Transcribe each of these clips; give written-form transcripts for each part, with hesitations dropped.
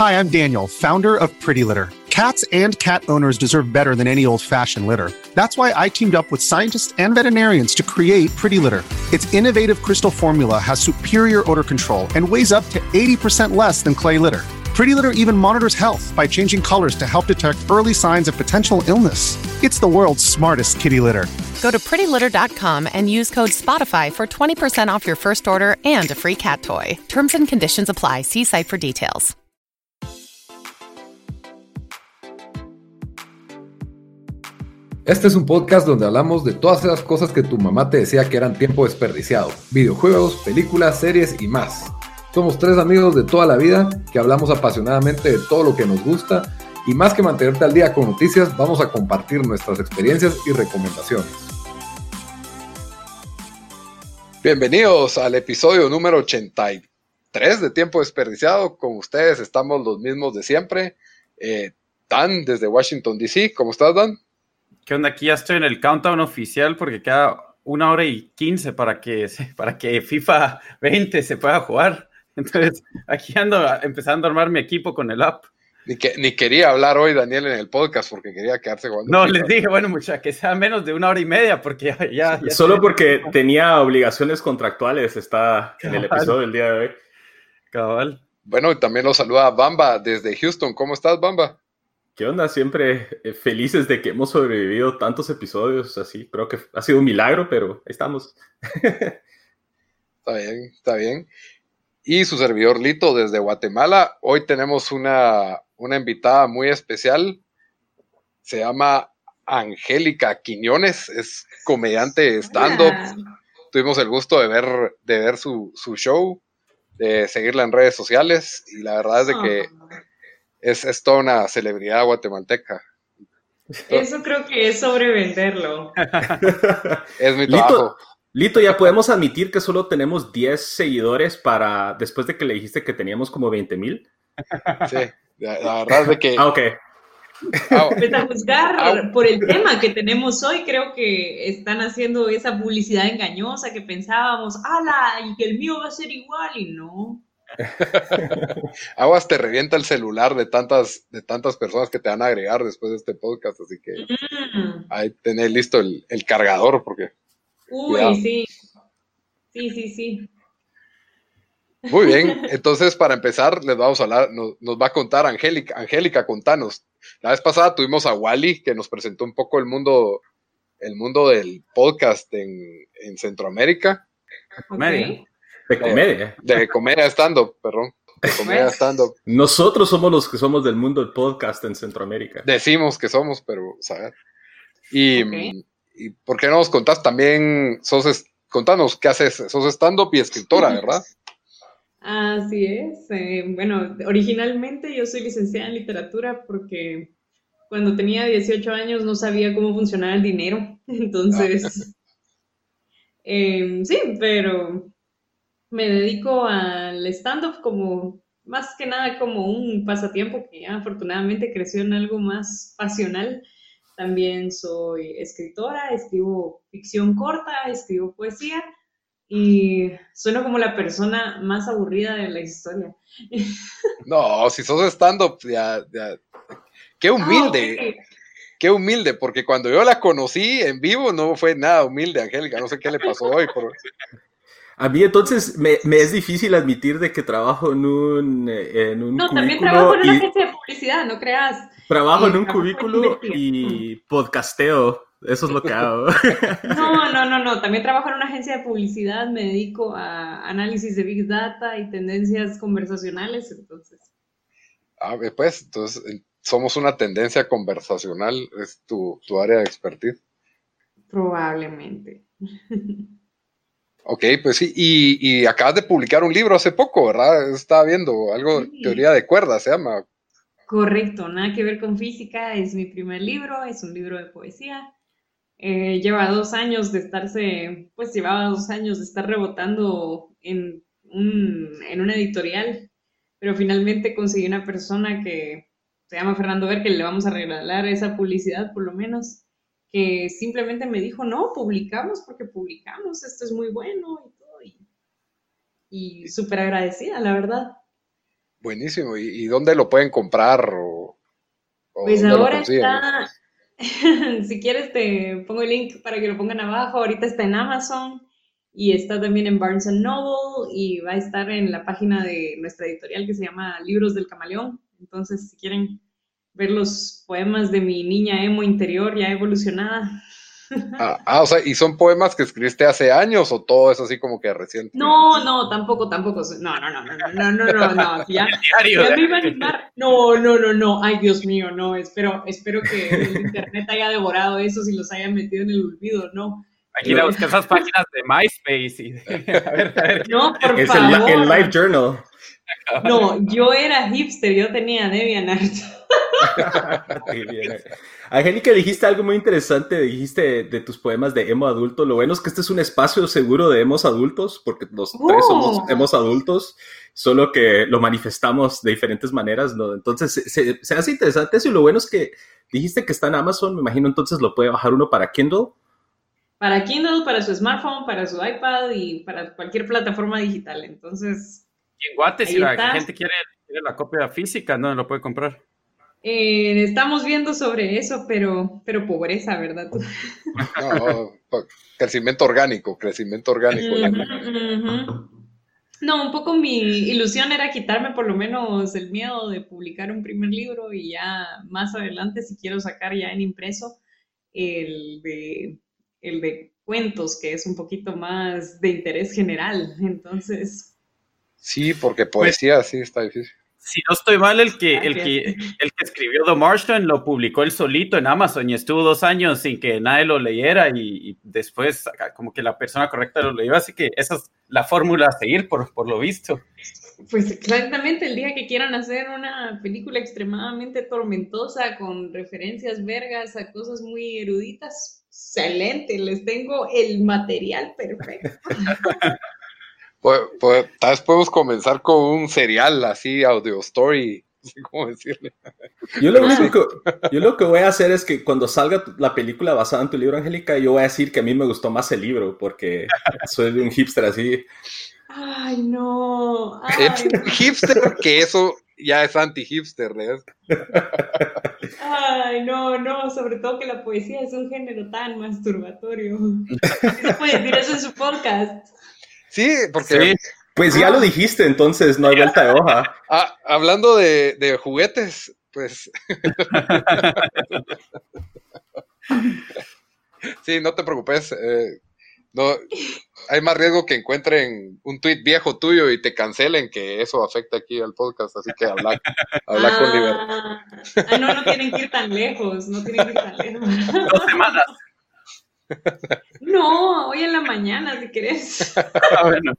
Hi, I'm Daniel, founder of Pretty Litter. Cats and cat owners deserve better than any old-fashioned litter. That's why I teamed up with scientists and veterinarians to create Pretty Litter. Its innovative crystal formula has superior odor control and weighs up to 80% less than clay litter. Pretty Litter even monitors health by changing colors to help detect early signs of potential illness. It's the world's smartest kitty litter. Go to prettylitter.com and use code SPOTIFY for 20% off your first order and a free cat toy. Terms and conditions apply. See site for details. Este es un podcast donde hablamos de todas esas cosas que tu mamá te decía que eran tiempo desperdiciado. Videojuegos, películas, series y más. Somos tres amigos de toda la vida que hablamos apasionadamente de todo lo que nos gusta y más que mantenerte al día con noticias, vamos a compartir nuestras experiencias y recomendaciones. Bienvenidos al episodio número 83 de Tiempo Desperdiciado. Con ustedes estamos los mismos de siempre. Dan, desde Washington, D.C. ¿Cómo estás, Dan? ¿Qué onda? Aquí ya estoy en el countdown oficial porque queda 1:15 para que FIFA 20 se pueda jugar. Entonces, aquí ando empezando a armar mi equipo con el app. Ni quería hablar hoy, Daniel, en el podcast porque quería quedarse jugando. No, FIFA. Les dije, bueno, muchacha, que sea menos de 1:30 porque ya solo porque tenía obligaciones contractuales está en el episodio del día de hoy. Cabal. Bueno, y también lo saluda Bamba desde Houston. ¿Cómo estás, Bamba? ¿Qué onda? Siempre felices de que hemos sobrevivido tantos episodios así. Creo que ha sido un milagro, pero ahí estamos. Está bien. Y su servidor Lito desde Guatemala. Hoy tenemos una invitada muy especial. Se llama Angélica Quiñones. Es comediante stand-up. Tuvimos el gusto de ver su show, de seguirla en redes sociales. Y la verdad es de que es toda una celebridad guatemalteca. Eso creo que es sobrevenderlo. Es mi trabajo. Lito, ya podemos admitir que solo tenemos 10 seguidores después de que le dijiste que teníamos como 20,000. Sí, la verdad es de que... Ok. Pues a juzgar por el tema que tenemos hoy, creo que están haciendo esa publicidad engañosa que pensábamos, ¡ala! Y que el mío va a ser igual, y no. Aguas, te revienta el celular de tantas personas que te van a agregar después de este podcast, así que ahí tenés listo el cargador, porque... Uy, cuidado. Sí. Muy bien, entonces para empezar les vamos a hablar, nos va a contar Angélica. Angélica, contanos. La vez pasada tuvimos a Wally que nos presentó un poco el mundo del podcast en Centroamérica. Okay. De comedia stand-up, perdón. De comedia stand-up. Nosotros somos los que somos del mundo del podcast en Centroamérica. Decimos que somos, pero, ¿sabes? ¿Y por qué no nos contás también? Contanos, ¿qué haces? Sos stand-up y escritora, ¿verdad? Así es. Bueno, originalmente yo soy licenciada en literatura porque cuando tenía 18 años no sabía cómo funcionaba el dinero. Entonces, sí, pero me dedico al stand-up más que nada como un pasatiempo que ya afortunadamente creció en algo más pasional. También soy escritora, escribo ficción corta, escribo poesía y sueno como la persona más aburrida de la historia. No, si sos stand-up, ya. Qué humilde. Okay. Qué humilde, porque cuando yo la conocí en vivo no fue nada humilde, Angélica. No sé qué le pasó hoy. A mí entonces me es difícil admitir de que trabajo en un No, cubículo. también trabajo en una agencia de publicidad, no creas. Trabajo en un cubículo y podcasteo. Eso es lo que hago. No. También trabajo en una agencia de publicidad. Me dedico a análisis de Big Data y tendencias conversacionales, entonces. Entonces somos una tendencia conversacional. Es tu área de expertise. Probablemente. Ok, pues sí, y acabas de publicar un libro hace poco, ¿verdad? Estaba viendo algo, Sí. Teoría de cuerdas se llama. Correcto, nada que ver con física, es mi primer libro, es un libro de poesía. Llevaba 2 años de estar rebotando en una editorial, pero finalmente conseguí una persona que se llama Fernando Ver, que le vamos a regalar esa publicidad por lo menos, que simplemente me dijo, no, publicamos porque publicamos, esto es muy bueno y todo, y súper agradecida, la verdad. Buenísimo. ¿Y dónde lo pueden comprar? ¿O Pues dónde lo ahora consiguen? está, si quieres te pongo el link para que lo pongan abajo. Ahorita está en Amazon y está también en Barnes Noble y va a estar en la página de nuestra editorial que se llama Libros del Camaleón. Entonces, si quieren ver los poemas de mi niña emo interior ya evolucionada. O sea, ¿y son poemas que escribiste hace años o todo es así como que reciente? No, tampoco. No. Ya me iba a animar. No. Ay, Dios mío, no. Espero que el internet haya devorado esos y los haya metido en el olvido, no. Hay que ir a buscar esas páginas de MySpace y a ver. No, por Es favor. el Live Journal. No, yo era hipster, yo tenía DeviantArt. Angélica, dijiste algo muy interesante, dijiste de tus poemas de emo adulto. Lo bueno es que este es un espacio seguro de emos adultos, porque los tres somos emos adultos, solo que lo manifestamos de diferentes maneras, ¿no? Entonces, se hace interesante eso, y lo bueno es que dijiste que está en Amazon, me imagino, entonces lo puede bajar uno para Kindle. Para Kindle, para su smartphone, para su iPad y para cualquier plataforma digital, entonces... Y en Guate, si la gente quiere la copia física, ¿no lo puede comprar? Estamos viendo sobre eso, pero pobreza, ¿verdad? No, crecimiento orgánico. No, un poco mi ilusión era quitarme por lo menos el miedo de publicar un primer libro y ya más adelante, si quiero sacar ya en impreso, el de cuentos, que es un poquito más de interés general, entonces... Sí, porque poesía sí está difícil. Si no estoy mal, el que escribió The Martian lo publicó él solito en Amazon y estuvo 2 años sin que nadie lo leyera y después como que la persona correcta lo leyó, así que esa es la fórmula a seguir por lo visto. Pues exactamente, el día que quieran hacer una película extremadamente tormentosa con referencias vergas a cosas muy eruditas, excelente, les tengo el material perfecto. Pues tal vez podemos comenzar con un serial así, audio story, así como decirle. Yo lo que voy a hacer es que cuando salga la película basada en tu libro, Angélica, yo voy a decir que a mí me gustó más el libro, porque soy un hipster así. Ay, no. Hipster, que eso ya es anti-hipster, ¿ves? Ay, no, sobre todo que la poesía es un género tan masturbatorio. ¿Se puede decir eso en su podcast? Sí, porque... Sí. Pues ya lo dijiste, entonces no hay vuelta de hoja. Hablando de juguetes, pues... Sí, no te preocupes. No, hay más riesgo que encuentren un tuit viejo tuyo y te cancelen, que eso afecta aquí al podcast, así que habla con libertad. No tienen que ir tan lejos, 2 semanas. No, hoy en la mañana, si querés. Bueno.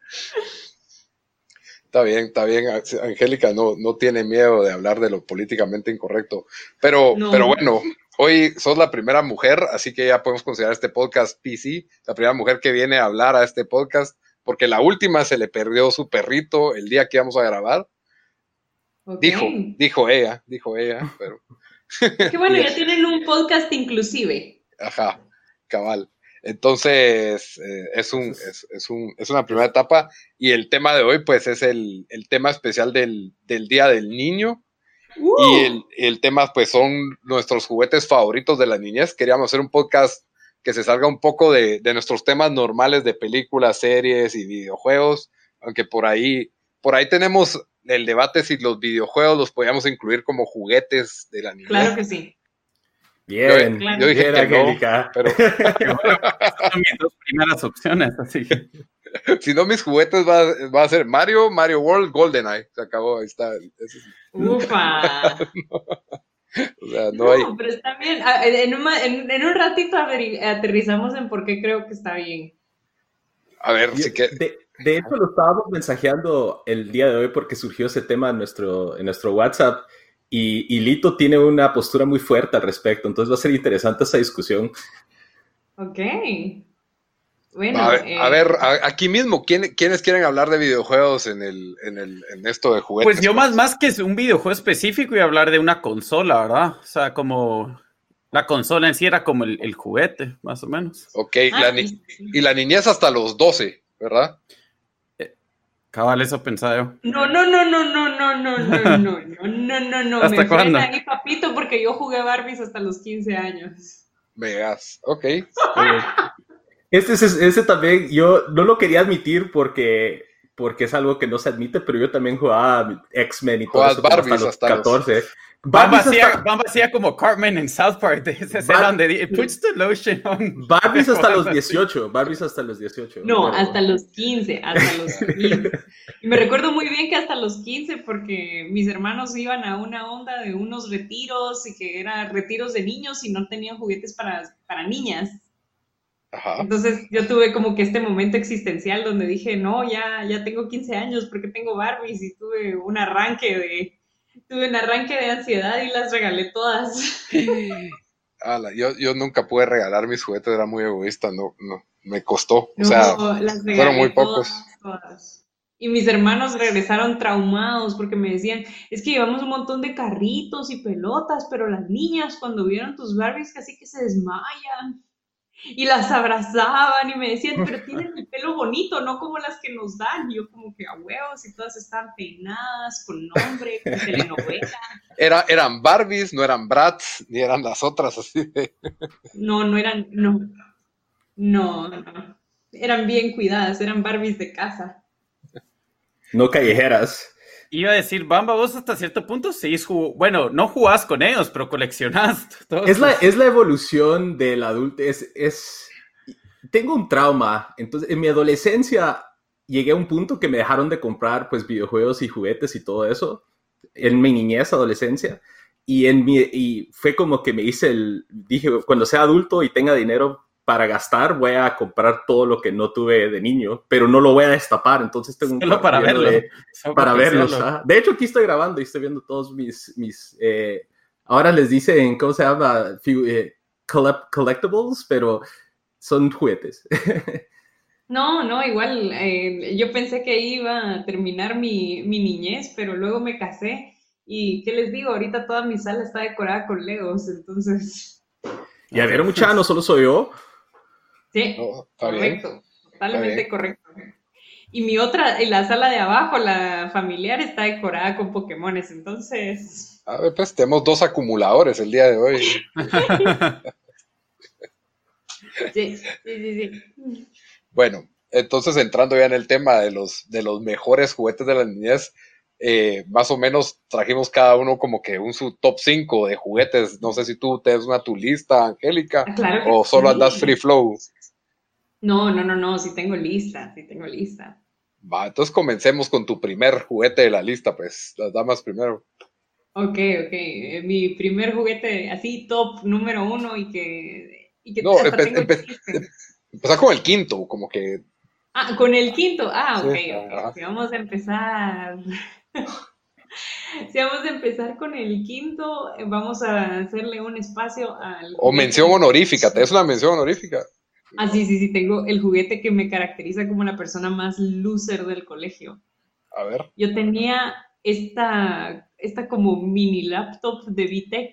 Está bien, Angélica no tiene miedo de hablar de lo políticamente incorrecto, pero bueno, hoy sos la primera mujer, así que ya podemos considerar este podcast PC, la primera mujer que viene a hablar a este podcast, porque la última se le perdió su perrito el día que íbamos a grabar. Okay. Dijo ella, pero... Qué bueno, ya tienen un podcast inclusive. Ajá, cabal. Entonces, es una primera etapa, y el tema de hoy, pues, es el tema especial del Día del Niño, y el tema, pues, son nuestros juguetes favoritos de la niñez. Queríamos hacer un podcast que se salga un poco de nuestros temas normales de películas, series y videojuegos, aunque por ahí tenemos el debate si los videojuegos los podíamos incluir como juguetes de la niñez. Claro que sí. Bien, yo dije que Angélica. No, pero... Son mis 2 primeras opciones, así que... Si no, mis juguetes va a ser Mario World, GoldenEye. Se acabó, ahí está. Ufa. O sea, no hay... pero está bien. En un ratito aterrizamos en por qué creo que está bien. A ver, sí que... De hecho, lo estábamos mensajeando el día de hoy porque surgió ese tema en nuestro WhatsApp. Y Lito tiene una postura muy fuerte al respecto, entonces va a ser interesante esa discusión. Ok. Bueno, a ver, aquí mismo, ¿quiénes quieren hablar de videojuegos en esto de juguetes? Pues yo más que un videojuego específico iba a hablar de una consola, ¿verdad? O sea, como la consola en sí era como el juguete, más o menos. Ok, y la niñez hasta los 12, ¿verdad? Cabal, eso pensaba yo. No. ¿Hasta Me cuándo? frena ahí, papito, porque yo jugué Barbies hasta los 15 años. Veas, ok. Ese también, yo no lo quería admitir porque es algo que no se admite, pero yo también jugaba X-Men y todo Jugabas eso como Barbies hasta los 14. Bamba Barbies hacía como Cartman en South Park, de esa escena donde puts the lotion on. Barbies hasta los 18. Barbies hasta los 18. No, pero- hasta los 15, hasta los 15. Y me recuerdo muy bien que hasta los 15, porque mis hermanos iban a una onda de unos retiros y que eran retiros de niños y no tenían juguetes para niñas. Ajá. Entonces yo tuve como que este momento existencial donde dije, no, ya tengo 15 años porque tengo Barbies, y tuve un arranque de ansiedad y las regalé todas. Ala, yo nunca pude regalar mis juguetes, era muy egoísta, no, me costó. No, O sea, las regalé fueron muy pocos. todas. Y mis hermanos regresaron traumados porque me decían, es que llevamos un montón de carritos y pelotas, pero las niñas cuando vieron tus Barbies casi que se desmayan. Y las abrazaban y me decían, pero tienen el pelo bonito, no como las que nos dan. Y yo como que a huevos, y todas estaban peinadas, con nombre, con telenovela. Eran Barbies, no eran Bratz, ni eran las otras así de... No eran, no. Eran bien cuidadas, eran Barbies de casa. No callejeras. Iba a decir, Bamba, vos hasta cierto punto seguís bueno, no jugás con ellos, pero coleccionás. Es la evolución del adulto. Tengo un trauma. Entonces, en mi adolescencia llegué a un punto que me dejaron de comprar pues videojuegos y juguetes y todo eso. En mi niñez, adolescencia. Y fue como que dije, cuando sea adulto y tenga dinero para gastar, voy a comprar todo lo que no tuve de niño, pero no lo voy a destapar. Entonces tengo un Solo para verlo. Para verlos. De hecho, aquí estoy grabando y estoy viendo todos mis ahora les dicen, ¿cómo se llama? Collectibles, pero son juguetes. No, igual, yo pensé que iba a terminar mi niñez, pero luego me casé y, ¿qué les digo? Ahorita toda mi sala está decorada con Legos, entonces... Y a ver, muchacha, no solo soy yo. Sí, No, está correcto, bien. totalmente Está bien. correcto. Y mi otra, en la sala de abajo, la familiar, está decorada con Pokémones, entonces... A ver, pues tenemos 2 acumuladores el día de hoy. Sí. Bueno, entonces entrando ya en el tema de los mejores juguetes de la niñez, más o menos trajimos cada uno como que su top 5 de juguetes. No sé si tú te das tu lista, Angélica, Claro que o solo sí. andas free flow. No, sí tengo lista. Va, entonces comencemos con tu primer juguete de la lista, pues, las damas primero. Ok. Mi primer juguete, así, top número 1 y que No, hasta tengo chiste. empezar con el quinto, como que... Ah, con el quinto. Ah, ok. Sí, ajá. Si vamos a empezar. Si vamos a empezar con el quinto, vamos a hacerle un espacio al. O mención honorífica, ¿te es una mención honorífica? Ah, sí, tengo el juguete que me caracteriza como la persona más loser del colegio. A ver. Yo tenía esta como mini laptop de VTech,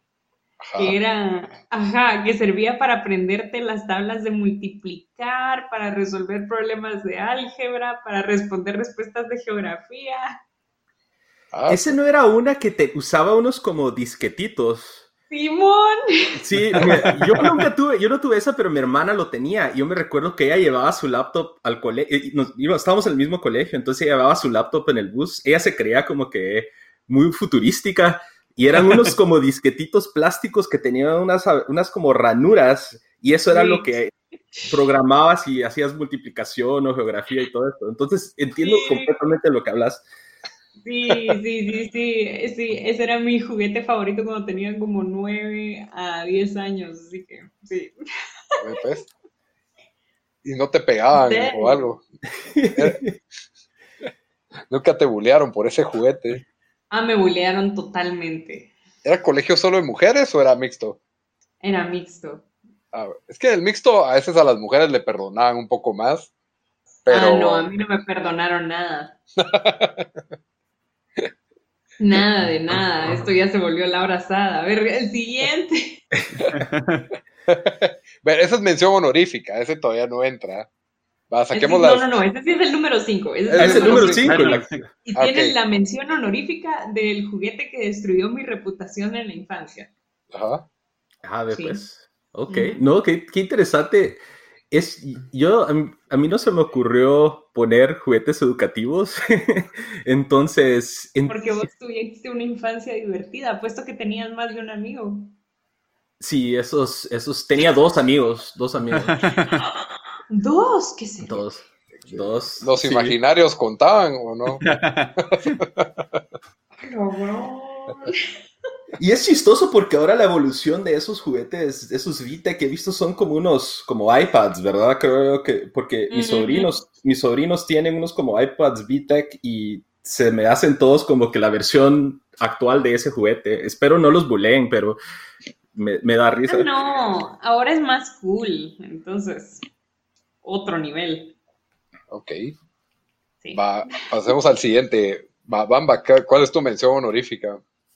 que servía para aprenderte las tablas de multiplicar, para resolver problemas de álgebra, para responder respuestas de geografía. Ese no era una que te usaba unos como disquetitos. ¡Simón! Sí, yo no tuve esa, pero mi hermana lo tenía. Yo me recuerdo que ella llevaba su laptop al colegio. Estábamos en el mismo colegio, entonces ella llevaba su laptop en el bus. Ella se creía como que muy futurística y eran unos como disquetitos plásticos que tenían unas como ranuras, y eso era lo que programabas y hacías multiplicación o geografía y todo esto. Entonces entiendo completamente lo que hablas. Sí, ese era mi juguete favorito cuando tenía como 9 a 10 años, así que sí. A ver, pues. Y no te pegaban o algo. Nunca te bulearon por ese juguete. Me bulearon totalmente. ¿Era colegio solo de mujeres o era mixto? Era mixto. Es que el mixto a veces a las mujeres le perdonaban un poco más, pero... no, a mí no me perdonaron nada. Nada de nada, esto ya se volvió la abrazada. A ver, el siguiente. Esa es mención honorífica, ese todavía no entra. Va, saquemos No, ese sí es el número 5. Es el número 5. Y tiene la mención honorífica del juguete que destruyó mi reputación en la infancia. Ajá. A ver, sí. Pues. Ok. No, qué interesante. A mí no se me ocurrió poner juguetes educativos. Entonces. Porque vos tuviste una infancia divertida, puesto que tenías más de un amigo. Sí, tenía dos amigos. ¿Dos? ¿Qué sé? Dos. ¿Los imaginarios contaban o no? Y es chistoso porque ahora la evolución de esos juguetes, esos Vita que he visto son como iPads, ¿verdad? Creo que porque mis sobrinos tienen unos como iPads VTech y se me hacen todos como que la versión actual de ese juguete. Espero no los buleen, pero me da risa. No, ahora es más cool, entonces otro nivel. Ok. Sí. Pasemos al siguiente. Bamba, ¿cuál es tu mención honorífica?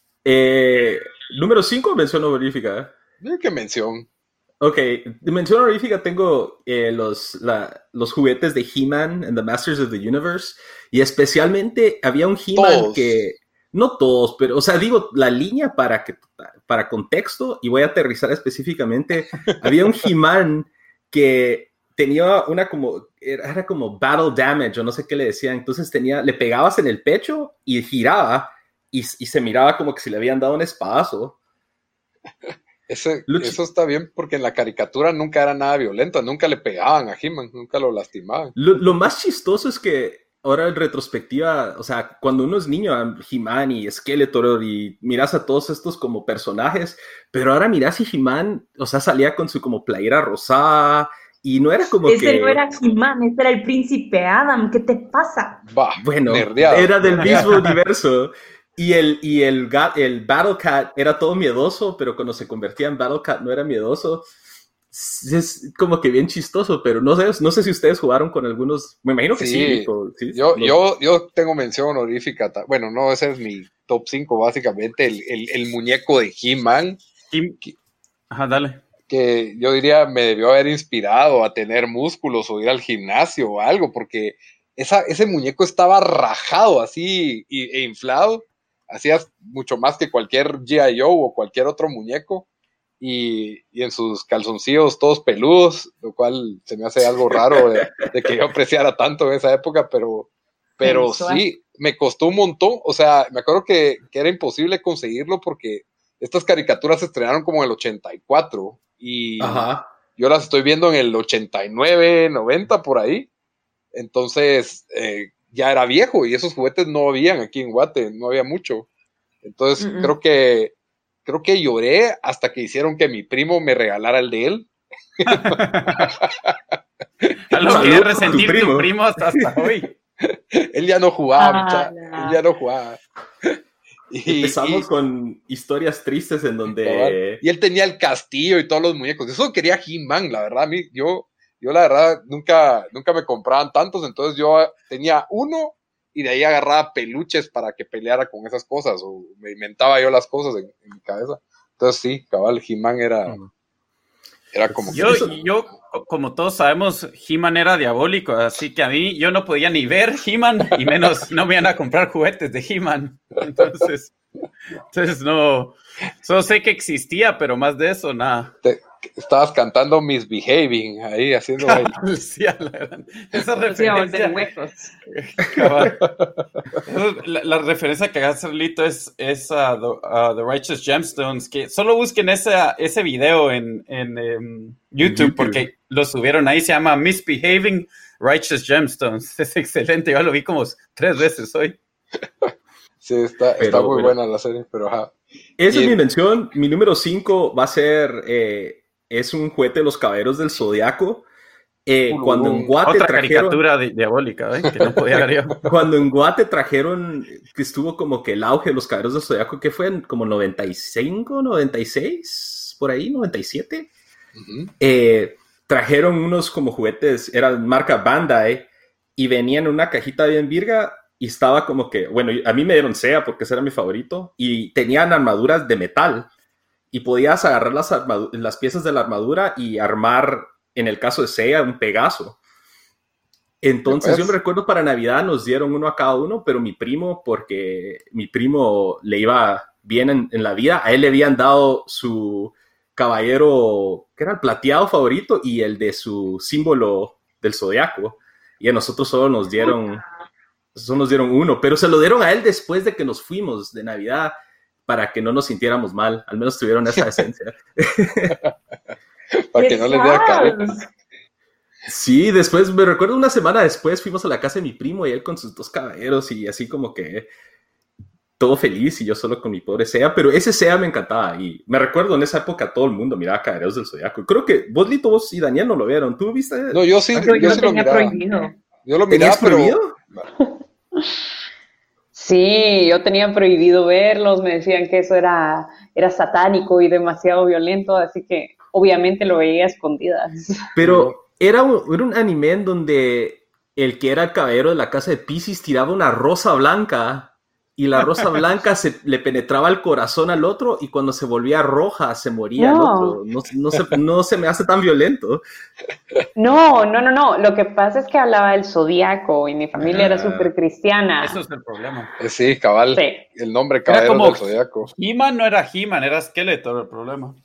Número 5, mención honorífica. ¿Qué mención? Ok, de mención honorífica tengo los juguetes de He-Man and the Masters of the Universe. Y especialmente había un He-Man que... No todos, pero, o sea, digo, la línea para contexto, y voy a aterrizar específicamente, había un He-Man que tenía era como battle damage, o no sé qué le decían, entonces le pegabas en el pecho y giraba, y se miraba como que si le habían dado un espadazo. Eso está bien, porque en la caricatura nunca era nada violento, nunca le pegaban a He-Man, nunca lo lastimaban. Lo más chistoso es que ahora en retrospectiva, o sea, cuando uno es niño, He-Man y Skeletor, y miras a todos estos como personajes, pero ahora miras y He-Man, o sea, salía con su como playera rosada, y no era como ese no era He-Man, ese era el príncipe Adam, ¿qué te pasa? Bueno, nerdeado. Era del mismo universo, y el Battle Cat era todo miedoso, pero cuando se convertía en Battle Cat no era miedoso. Es como que bien chistoso, pero no sé si ustedes jugaron con algunos. Me imagino que sí. ¿Sí? Yo tengo mención honorífica. Bueno, no, ese es mi top 5, básicamente. El muñeco de He-Man. Ajá, dale. Que yo diría me debió haber inspirado a tener músculos o ir al gimnasio o algo, porque ese muñeco estaba rajado así e inflado. Hacía mucho más que cualquier G.I. Joe o cualquier otro muñeco. Y en sus calzoncillos todos peludos, lo cual se me hace algo raro de que yo apreciara tanto en esa época, pero sí, me costó un montón. O sea, me acuerdo que era imposible conseguirlo porque estas caricaturas se estrenaron como en el 84 y Ajá. Yo las estoy viendo en el 89, 90 por ahí. Entonces ya era viejo y esos juguetes no habían aquí en Guate, no había mucho. Entonces creo que lloré hasta que hicieron que mi primo me regalara el de él. Algo que resentir tu primo hasta hoy. Él ya no jugaba, él ya no jugaba. Empezamos con historias tristes en donde... Y él tenía el castillo y todos los muñecos. Eso quería He-Man, la verdad. A mí, yo la verdad nunca me compraban tantos, entonces yo tenía uno y de ahí agarraba peluches para que peleara con esas cosas, o me inventaba yo las cosas en mi cabeza. Entonces sí, cabal, He-Man era como... Yo, como todos sabemos, He-Man era diabólico, así que a mí yo no podía ni ver He-Man, y menos no me iban a comprar juguetes de He-Man. Entonces no, solo sé que existía, pero más de eso, nada. Estabas cantando Misbehaving ahí, haciendo esa referencia. La referencia que hace Lito es a The Righteous Gemstones, que solo busquen ese video en YouTube, porque lo subieron ahí, se llama Misbehaving Righteous Gemstones. Es excelente, yo lo vi como 3 veces hoy. Sí, está muy buena la serie, pero ajá. Esa es mi mención. Mi número 5 va a ser... es un juguete de los Caballeros del Zodiaco. Cuando en Guate otra caricatura diabólica, que no podía ver yo. Cuando en Guate trajeron, que estuvo como que el auge de los Caballeros del Zodiaco, que fue en como 95, 96, por ahí, 97. Trajeron unos como juguetes, eran marca Bandai, y venían en una cajita bien virga, y estaba como que, bueno, a mí me dieron Seiya porque ese era mi favorito, y tenían armaduras de metal. Y podías agarrar las piezas de la armadura y armar, en el caso de Seiya, un Pegaso. Entonces yo me recuerdo para Navidad nos dieron uno a cada uno, pero mi primo, porque mi primo le iba bien en la vida, a él le habían dado su caballero, que era el plateado favorito, y el de su símbolo del zodiaco. Y a nosotros solo nos dieron uno, pero se lo dieron a él después de que nos fuimos de Navidad para que no nos sintiéramos mal. Al menos tuvieron esa esencia. Para que no les diera careta. Sí, después, me recuerdo una semana después fuimos a la casa de mi primo y él con sus 2 caballeros y así como que todo feliz y yo solo con mi pobre Sea, pero ese Sea me encantaba y me recuerdo en esa época todo el mundo miraba Caballeros del Zodiaco. Creo que vos, Lito, vos y Daniel no lo vieron. ¿Tú viste? No, yo sí, Yo sí lo tenía miraba. prohibido. Yo lo miraba, pero... prohibido? Sí, yo tenía prohibido verlos, me decían que eso era satánico y demasiado violento, así que obviamente lo veía a escondidas. Pero era un anime en donde el que era el caballero de la casa de Piscis tiraba una rosa blanca y la rosa blanca le penetraba el corazón al otro y cuando se volvía roja se moría el otro. No se me hace tan violento. No. Lo que pasa es que hablaba del zodíaco y mi familia era súper cristiana. Eso es el problema. Sí, cabal. Sí. El nombre Era Caballero como del Zodiaco. He-Man no era He-Man, era Skeletor el problema.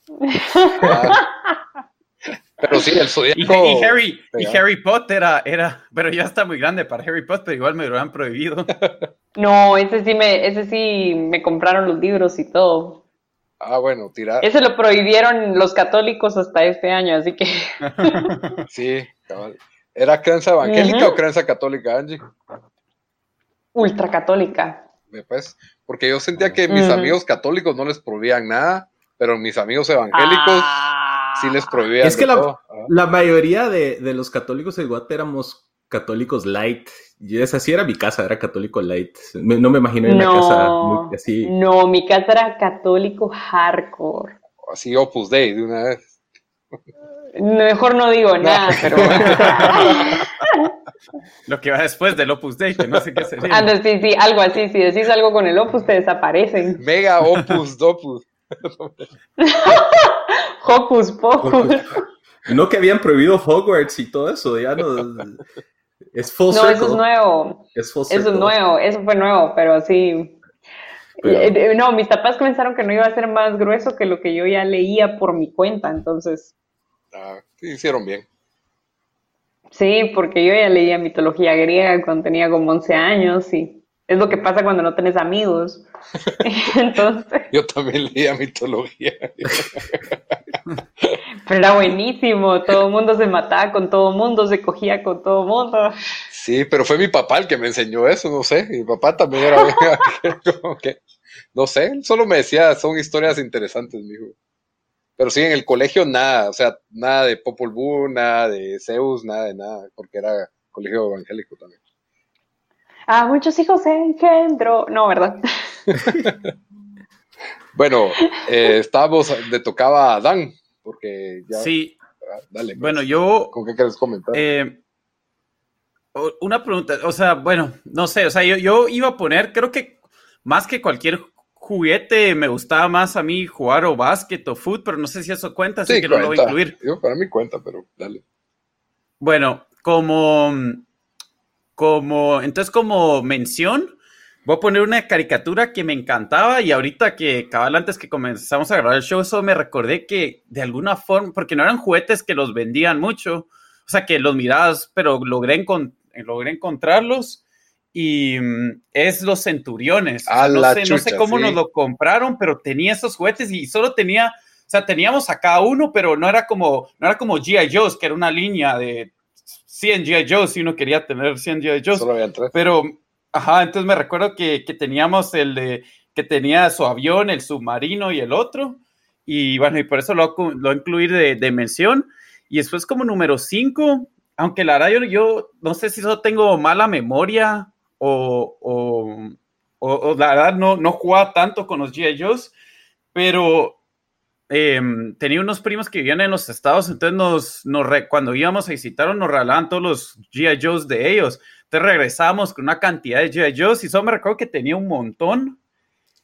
Pero sí, el Y Zodiaco... Harry Potter era, pero ya está muy grande para Harry Potter, igual me lo han prohibido. No, ese sí me compraron los libros y todo. Ah, bueno, tirar. Ese lo prohibieron los católicos hasta este año, así que... Sí, cabal. ¿Era creencia evangélica o creencia católica, Angie? Ultracatólica. Pues, porque yo sentía que mis amigos católicos no les prohibían nada, pero mis amigos evangélicos sí les prohibían. Es que todo. la mayoría de los católicos de Guate éramos católicos light. Y esa sí era mi casa, era católico light. No me imagino en una casa muy así. No, mi casa era católico hardcore. Así Opus Dei de una vez. Mejor no digo nada, pero... Lo que va después del Opus Dei, que no sé qué sería. Sí, algo así. Si decís algo con el Opus, te desaparecen. Mega Opus Dopus. Hocus Pocus. No que habían prohibido Hogwarts y todo eso, ya no... Es full circle. No, eso es nuevo. Eso es nuevo, eso fue nuevo, pero sí. No, mis papás pensaron que no iba a ser más grueso que lo que yo ya leía por mi cuenta, entonces... Sí, hicieron bien. Sí, porque yo ya leía mitología griega cuando tenía como 11 años y es lo que pasa cuando no tenés amigos. Entonces... Yo también leía mitología. Pero era buenísimo, todo el mundo se mataba con todo el mundo, se cogía con todo el mundo. Sí, pero fue mi papá el que me enseñó eso, no sé. Mi papá también era como que, no sé, él solo me decía, son historias interesantes, mijo. Pero sí, en el colegio nada, o sea, nada de Popol Vuh, nada de Zeus, nada de nada, porque era colegio evangélico también. Muchos hijos engendró. No, ¿verdad? Bueno, le tocaba a Dan, porque ya... Sí. Dale, pues. Bueno, yo... ¿Con qué quieres comentar? Una pregunta, o sea, bueno, no sé, o sea, yo iba a poner, creo que más que cualquier juguete, me gustaba más a mí jugar o básquet o fútbol, pero no sé si eso cuenta, así que no lo voy a incluir. Yo, para mí cuenta, pero dale. Bueno, entonces como mención, voy a poner una caricatura que me encantaba y ahorita que cabal antes que comenzamos a grabar el show, eso me recordé que de alguna forma, porque no eran juguetes que los vendían mucho, o sea que los mirabas, pero logré encontrarlos y es los Centuriones. O sea, no sé cómo nos lo compraron, pero tenía esos juguetes y solo tenía, o sea, teníamos a cada uno, pero no era como G.I. Joe's, que era una línea de 100 G.I. Joe's si uno quería tener 100 G.I. Joe's. Solo habían 3. Pero, entonces me recuerdo que teníamos que tenía su avión, el submarino y el otro. Y bueno, y por eso lo incluí de mención. Y después como número 5, aunque la verdad yo no sé si solo tengo mala memoria o la verdad no jugaba tanto con los G.I. Joe's, pero tenía unos primos que vivían en los Estados, entonces cuando íbamos a visitarlos nos regalaban todos los G.I. Joe's de ellos. Entonces regresábamos con una cantidad de G.I. Joe's y solo me recuerdo que tenía un montón.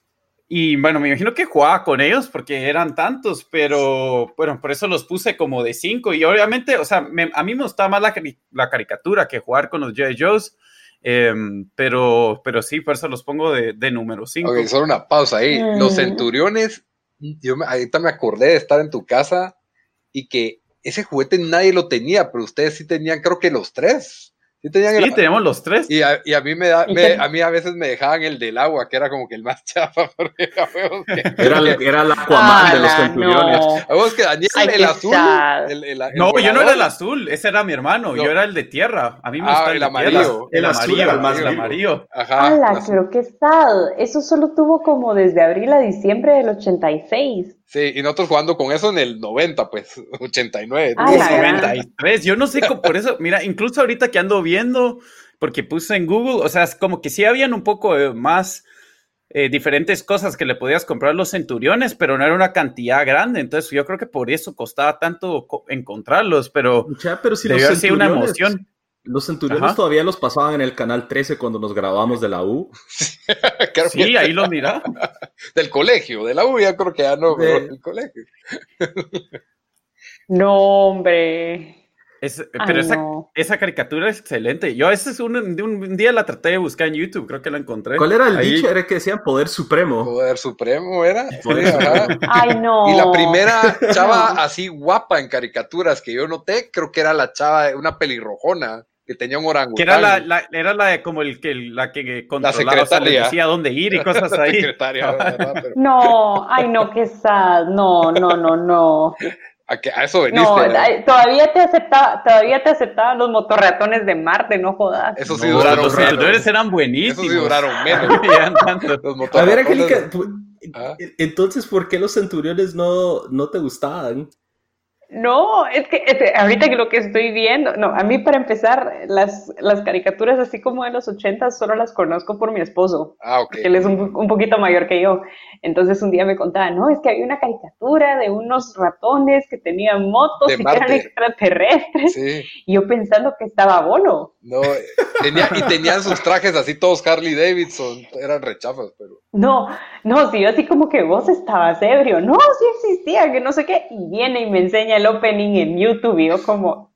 Y bueno, me imagino que jugaba con ellos porque eran tantos, pero bueno, por eso los puse como de 5. Y obviamente, o sea, a mí me gustaba más la caricatura que jugar con los G.I. Joes. Pero sí, por eso los pongo de número 5. Ok, solo una pausa ahí. Los Centuriones, ahorita me acordé de estar en tu casa y que ese juguete nadie lo tenía, pero ustedes sí tenían, creo que los 3. Sí, teníamos los 3. Y a mí a mí a veces me dejaban el del agua, que era como que el más chafa. Porque era el Aquaman de los Centuriones. A vos que Daniel, el azul. No, yo no era el azul, ese era mi hermano. No. Yo era el de tierra. A mí me gusta el amarillo. El amarillo. Ajá. ¡Hala, pero qué sad! Eso solo tuvo como desde abril a diciembre del 86. Sí, y nosotros jugando con eso en el 90, pues, 89. 93, yo no sé, por eso, mira, incluso ahorita que ando viendo, porque puse en Google, o sea, es como que sí habían un poco más diferentes cosas que le podías comprar a los Centuriones, pero no era una cantidad grande, entonces yo creo que por eso costaba tanto encontrarlos, pero si debió haber sido una emoción. Los Centuriones todavía los pasaban en el canal 13 cuando nos grabamos de la U. Sí, ahí los miraba. Del colegio, de la U ya creo que ya no, pero del colegio. No, hombre. Pero esa caricatura es excelente. Yo a veces un día la traté de buscar en YouTube, creo que la encontré. ¿Cuál era el dicho? Era que decían Poder Supremo. Poder Supremo era. Ay, no. Y la primera chava así guapa en caricaturas que yo noté, creo que era la chava, una pelirrojona, que tenía un orangután. Que era la de como la que controlaba, o sea, le decía dónde ir y cosas ahí. Secretaria, ¿verdad? Pero... No, ay no, qué sad, no. A eso veniste. No, todavía te aceptaba los motorratones de Marte, no jodas. Eso sí duraron los Centuriones eran buenísimos. Eso sí duraron menos. A ver, Angélica, entonces, ¿por qué los Centuriones no te gustaban? No, es que ahorita que lo que estoy viendo, no, a mí para empezar, las caricaturas así como de los 80 solo las conozco por mi esposo, ok. que él es un poquito mayor que yo. Entonces un día me contaba, no, es que había una caricatura de unos ratones que tenían motos y que eran extraterrestres, sí. Y yo pensando que estaba bono. No, tenían sus trajes así todos Harley Davidson, eran rechafas, pero... No, sí, yo así como que vos estabas ebrio, no, sí existía, que no sé qué, y viene y me enseña el opening en YouTube y yo como,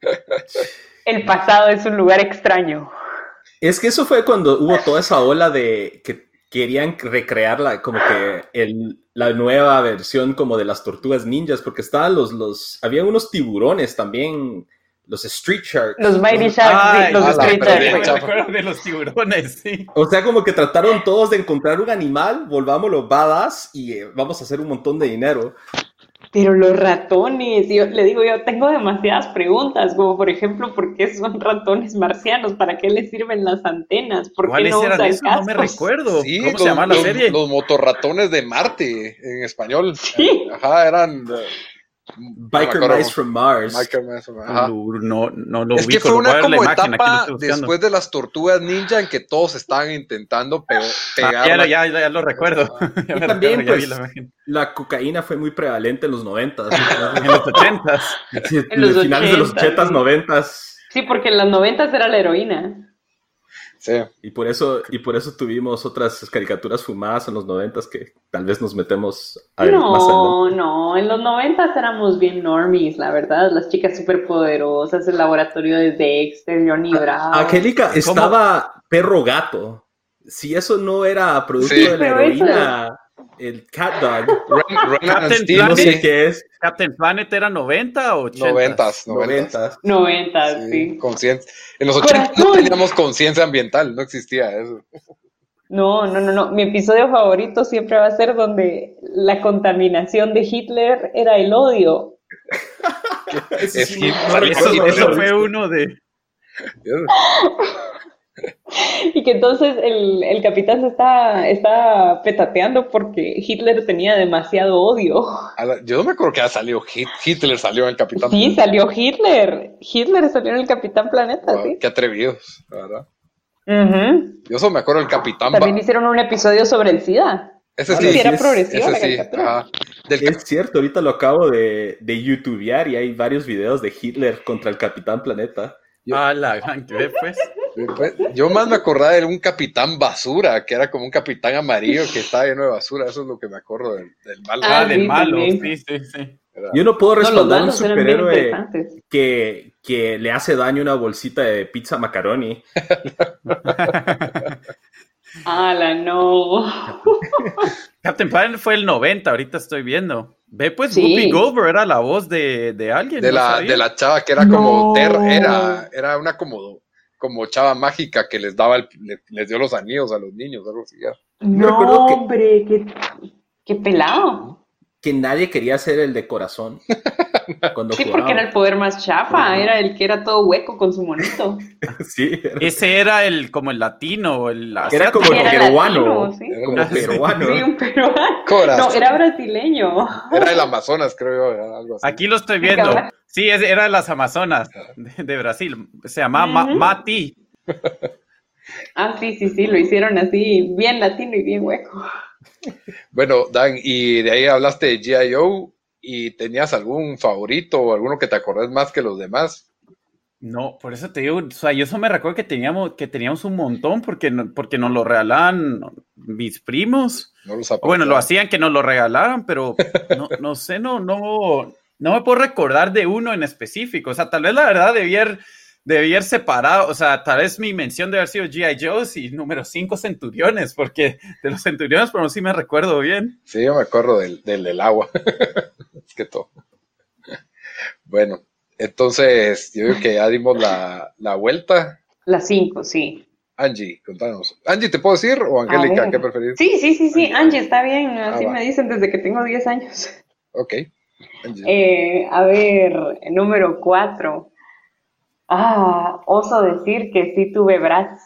el pasado es un lugar extraño. Es que eso fue cuando hubo toda esa ola de que querían recrear como que la nueva versión como de las tortugas ninjas, porque estaban había unos tiburones también, los Street Sharks. Los Mighty Sharks, los Street Sharks. Me acuerdo de los tiburones, sí. O sea, como que trataron todos de encontrar un animal, volvámoslo badass y vamos a hacer un montón de dinero. Pero los ratones, yo tengo demasiadas preguntas, como por ejemplo, ¿por qué son ratones marcianos? ¿Para qué les sirven las antenas? ¿Por qué no usan cascos? No me recuerdo. Sí, ¿cómo se llama la serie? Los motorratones de Marte, en español. Sí. Ajá, eran... Biker Mice from Mars. No lo es vi. que fue una como etapa después de las tortugas ninja en que todos estaban intentando pegar. Ya lo recuerdo. Y también pues, la cocaína fue muy prevalente en los 90s. En los 80s. Sí, en los finales de los 80s, 90s. Sí, porque en los 90s era la heroína. Sí. Y por eso tuvimos otras caricaturas fumadas en los 90s que tal vez nos metemos a ver más adelante. No, en los 90s éramos bien normies, la verdad. Las chicas superpoderosas, el laboratorio de Dexter, Johnny Bravo. Angélica, estaba Perro Gato. Si eso no era producto de la heroína, el Cat Dog. Captain Planet, no sé qué es. Captain Planet era 90 o 80? 90s, sí. Conciencia. En los 80 no teníamos conciencia ambiental, no existía eso. No. Mi episodio favorito siempre va a ser donde la contaminación de Hitler era el odio. Eso fue uno de... Y que entonces el capitán se está petateando porque Hitler tenía demasiado odio. Yo no me acuerdo que haya salido Hitler salió en el Capitán Planeta. Sí, salió Hitler. Hitler salió en el Capitán Planeta, wow, sí. Qué atrevidos, la verdad. Uh-huh. Yo solo me acuerdo del Capitán... También hicieron un episodio sobre el SIDA. Ese sí. Era progresiva la caricatura. Es cierto, ahorita lo acabo de youtubear y hay varios videos de Hitler contra el Capitán Planeta. La gran que pues. Yo más me acordaba de un capitán basura, que era como un capitán amarillo que estaba lleno de basura. Eso es lo que me acuerdo del malo. Del sí, malo, también. sí. Yo no puedo los respaldar a un malos eran bien superhéroe interesantes. que le hace daño una bolsita de pizza macaroni. ¡Hala, no! Captain Planet fue el 90, ahorita estoy viendo. Ve, pues, Sí. Whoopi Goldberg era la voz de alguien. De ¿no la, sabía? de la chava que era como No. era una como chava mágica que les daba les dio los anillos a los niños, algo así. Ya. No, recuerdo que- hombre, qué pelado. Que nadie quería ser el de corazón cuando Sí, jugaba. porque era el poder más chafa, era el que era todo hueco con su monito. Sí, Ese era como el latino, el era asiático. como Sí, era peruano. latino, sí. Como peruano. Sí, un peruano. Corazón. No, era brasileño. Era el Amazonas, creo yo, era algo así. Aquí lo estoy viendo. Cabal. Sí, era de las Amazonas de Brasil. Se llamaba Ujú. Mati. Ah, sí, lo hicieron así, bien latino y bien hueco. Bueno, Dan, y de ahí hablaste de G.I. Joe, ¿y tenías algún favorito o alguno que te acordes más que los demás? No, por eso te digo, o sea, yo eso me recuerdo que teníamos un montón porque nos lo regalaban mis primos. No los Bueno, lo apreciaba. hacían que nos lo regalaran, pero no sé, no me puedo recordar de uno en específico. O sea, tal vez la verdad debía haber separado, o sea, tal vez mi mención debe haber sido G.I. Joe y número 5 Centuriones, porque de los Centuriones, pero sí me recuerdo bien. Sí, yo me acuerdo del agua. Es que todo. Bueno, entonces yo creo que ya dimos la vuelta. Las 5, sí. Angie, contanos. Angie, ¿te puedo decir o Angélica? ver. ¿Qué preferís? Sí, Angie, está bien, así va. me dicen desde que tengo 10 años. Ok. Angie. A ver, número 4. Oso decir que sí tuve Bratz.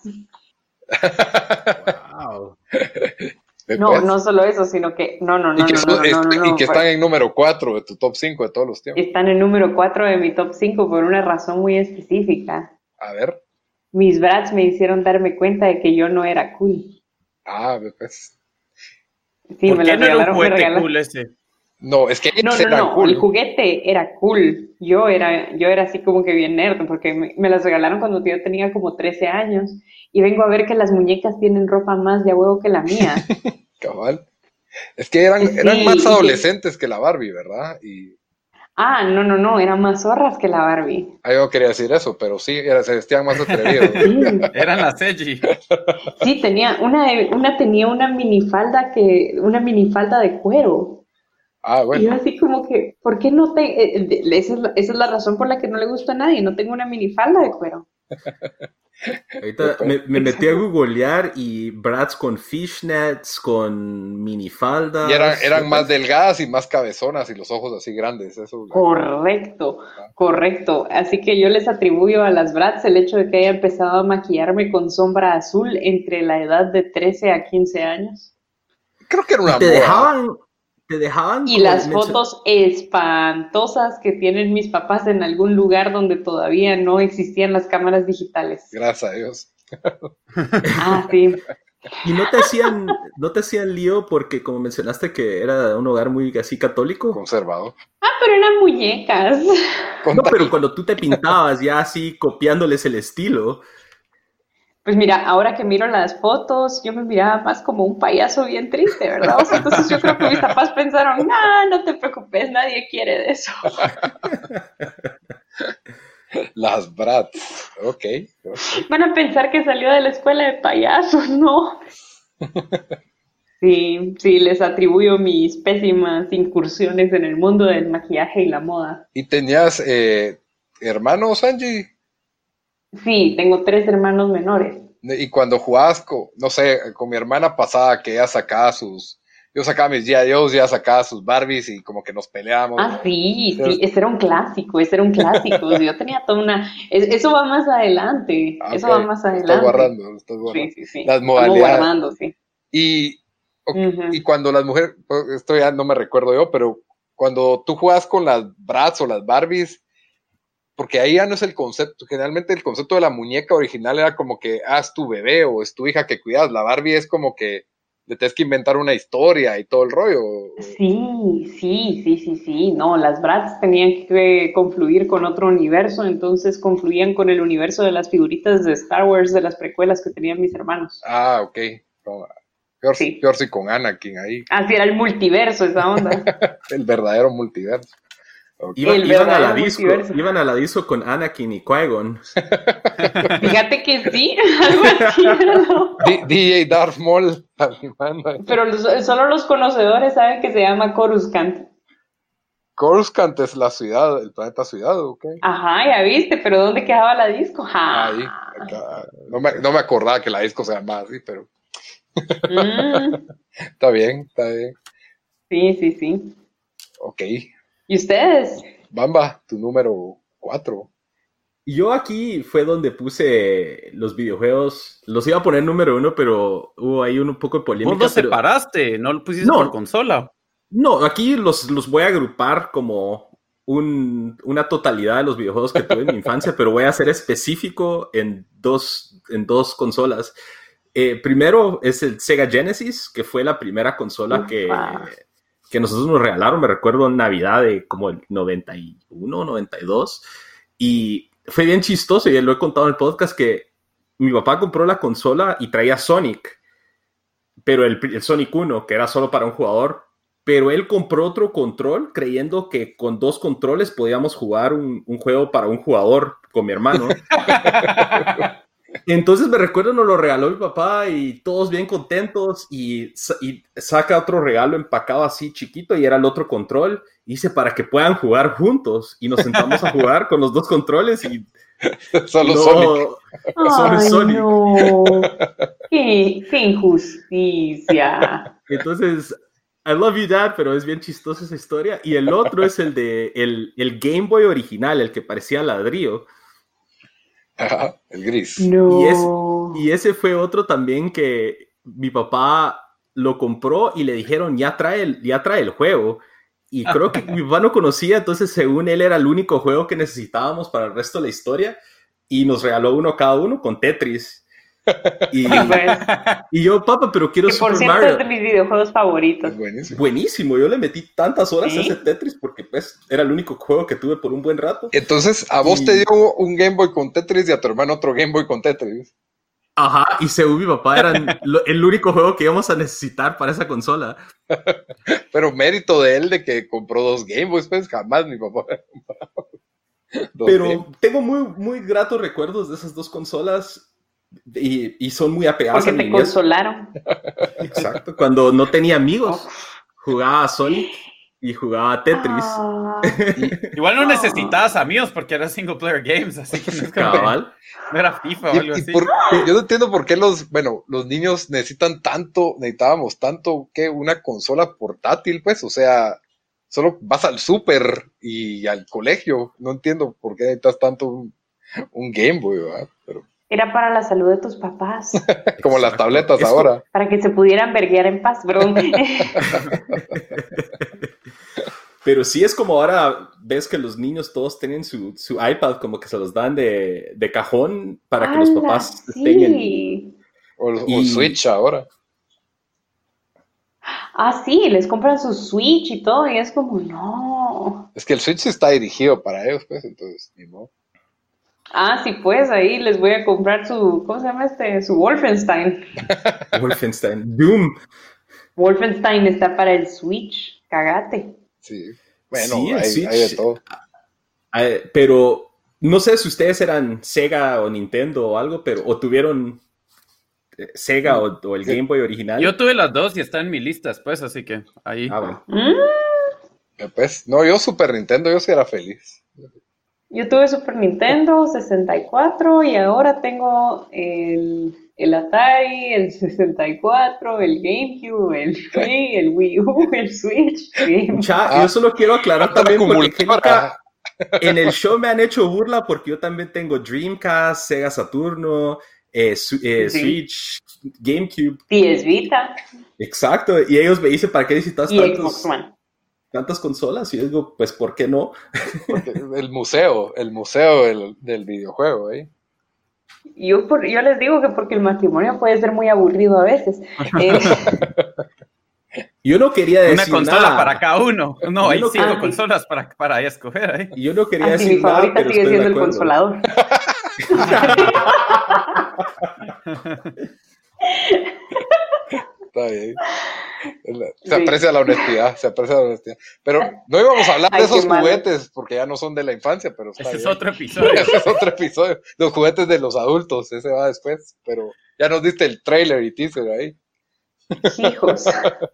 Wow. No, no solo eso, sino que no, Y que, y que están pero en número 4 de tu top 5 de todos los tiempos. están en número 4 de mi top 5 por una razón muy específica. A ver. Mis Bratz me hicieron darme cuenta de que yo no era cool. Pues. Sí, ¿Por me qué las no era un regalaron, me juguete regalaron. cool ese? No, es que ellos eran No, cool. el juguete era cool. Yo era así como que bien nerd, porque me las regalaron cuando yo tenía como 13 años. Y vengo a ver que las muñecas tienen ropa más de a huevo que la mía. Cabal. Es que eran Sí, más y que- adolescentes que la Barbie, ¿verdad? No, eran más zorras que la Barbie. Yo no quería decir eso, pero sí, se vestían más atrevidos. Sí, Eran las Edgy. sí, una tenía una minifalda de cuero. Y Bueno. yo así como que, ¿por qué no te...? Esa es la razón por la que no le gusta a nadie, no tengo una minifalda de cuero. Ahorita me metí a googlear y Bratz con fishnets, con minifaldas. Y eran más delgadas y más cabezonas y los ojos así grandes. Eso. Correcto. Así que yo les atribuyo a las Bratz el hecho de que haya empezado a maquillarme con sombra azul entre la edad de 13 a 15 años. Creo que era una Te moda. dejaban Y como las fotos espantosas que tienen mis papás en algún lugar donde todavía no existían las cámaras digitales. Gracias a Dios. Sí. ¿Y no te hacían lío porque, como mencionaste, que era un hogar muy así católico? Conservador. Pero eran muñecas. No, pero cuando tú te pintabas ya así copiándoles el estilo. Pues mira, ahora que miro las fotos, yo me miraba más como un payaso bien triste, ¿verdad? O sea, entonces yo creo que mis papás pensaron, no te preocupes, nadie quiere de eso. Las Bratz. Ok. Van a pensar que salió de la escuela de payasos, ¿no? Sí, les atribuyo mis pésimas incursiones en el mundo del maquillaje y la moda. ¿Y tenías hermanos, Angie? Sí, tengo 3 hermanos menores. Y cuando jugabas no sé, con mi hermana pasaba que ella sacaba yo sacaba mis G.I. Joes, ella sacaba sus Barbies y como que nos peleábamos. Sí, ese era un clásico. Yo tenía toda eso va más adelante, eso va más adelante. Estás guardando. Sí. Las Estamos modalidades. guardando, sí. Y cuando las mujeres, esto ya no me recuerdo yo, pero cuando tú jugabas con las Bratz o las Barbies, porque ahí ya no es el concepto, generalmente el concepto de la muñeca original era como que, es tu bebé o es tu hija que cuidas, la Barbie es como que le tienes que inventar una historia y todo el rollo. Sí. No, las Bratz tenían que confluir con otro universo, entonces confluían con el universo de las figuritas de Star Wars, de las precuelas que tenían mis hermanos. Ah, ok. No, peor si con Anakin ahí. Así era el multiverso, esa onda. El verdadero multiverso. Okay. Iban a la disco con Anakin y Qui-Gon. Fíjate que sí, algo así. ¿No? DJ Darth Maul animando. Pero solo los conocedores saben que se llama Coruscant. Coruscant es la ciudad, el planeta ciudad, ¿ok? Ajá, ya viste, pero ¿dónde quedaba la disco? Ahí, acá. No me acordaba que la disco se llamaba así, pero... Está bien. Sí. Ok. ¿Y ustedes? Bamba, tu número 4. Yo aquí fue donde puse los videojuegos. Los iba a poner número 1, pero hubo ahí un poco de polémica. Vos los separaste, no lo pusiste por consola. No, aquí los voy a agrupar como una totalidad de los videojuegos que tuve en mi infancia, pero voy a ser específico en dos consolas. Primero es el Sega Genesis, que fue la primera consola que nosotros nos regalaron, me recuerdo en Navidad de como el 91, 92, y fue bien chistoso, y lo he contado en el podcast, que mi papá compró la consola y traía Sonic, pero el Sonic 1, que era solo para un jugador, pero él compró otro control creyendo que con 2 controles podíamos jugar un juego para un jugador con mi hermano. Entonces me recuerdo, nos lo regaló mi papá y todos bien contentos, y saca otro regalo empacado así chiquito y era el otro control, y dice para que puedan jugar juntos, y nos sentamos a jugar con los 2 controles y Solo Sonic. No. Qué injusticia. Entonces, I love you, Dad, pero es bien chistosa esa historia. Y el otro es el de el Game Boy original, el que parecía ladrillo. Ajá, el gris. No. Y ese fue otro también que mi papá lo compró y le dijeron, ya trae el juego. Y creo que mi papá no conocía, entonces según él era el único juego que necesitábamos para el resto de la historia. Y nos regaló uno cada uno con Tetris. Y yo, papá, pero quiero que por Super cierto Mario. es de mis videojuegos favoritos. Buenísimo, yo le metí tantas horas a ese Tetris porque pues era el único juego que tuve por un buen rato. Entonces, a vos te dio un Game Boy con Tetris y a tu hermano otro Game Boy con Tetris. Ajá, y según mi papá eran el único juego que íbamos a necesitar para esa consola. Pero mérito de él de que compró 2 Game Boys, pues jamás mi papá. Pero tengo muy, muy gratos recuerdos de esas 2 consolas. Y son muy apegadas porque a mi te niñez. consolaron. Exacto, cuando no tenía amigos, jugaba a Sonic y jugaba a Tetris. Igual no necesitabas amigos porque era single player games, así que Cabal. No era FIFA o algo así. Yo no entiendo por qué los niños necesitábamos tanto que una consola portátil, pues, o sea, solo vas al súper y al colegio. No entiendo por qué necesitas tanto un Game Boy, ¿verdad? Pero... Era para la salud de tus papás. Como las tabletas ahora. Para que se pudieran verguear en paz, bro. Pero sí es como ahora ves que los niños todos tienen su iPad, como que se los dan de cajón para que los papás estén en... O Switch ahora. Ah, sí, les compran su Switch y todo, y es como, no. Es que el Switch está dirigido para ellos, pues, entonces, ni modo. Ah, sí, pues, ahí les voy a comprar su, ¿cómo se llama su Wolfenstein? Wolfenstein, Doom. Wolfenstein está para el Switch, cagate. Sí, bueno, sí, hay de todo. Pero no sé si ustedes eran Sega o Nintendo o algo, pero o tuvieron Sega o el Game Boy original. Yo tuve las 2 y están en mi lista después, así que ahí. Bueno. Pues, no, yo Super Nintendo, yo sí era feliz. Yo tuve Super Nintendo 64 y ahora tengo el Atari, el 64, el GameCube, el Wii, el Wii U, el Switch. Yo solo quiero aclarar también porque en el show me han hecho burla porque yo también tengo Dreamcast, Sega Saturno, Switch, GameCube. PS Vita. Exacto, y ellos me dicen, ¿para qué necesitas tantas consolas? Y yo digo, pues, ¿por qué no? Porque el museo del videojuego, ¿eh? Yo les digo que porque el matrimonio puede ser muy aburrido a veces. Yo no quería decir una consola nada. para cada uno. No, hay no 5 quiero- consolas para escoger. Yo no quería Así decir mi nada, favorita pero sigue estoy de siendo el acuerdo. consolador. Está bien. Se Sí. aprecia la honestidad, se aprecia la honestidad. Pero no íbamos a hablar de Ay, esos qué malo. juguetes, porque ya no son de la infancia, pero está Ese es bien. otro episodio. Ese es otro episodio. Los juguetes de los adultos, ese va después, pero ya nos diste el trailer y teaser ahí. Hijos.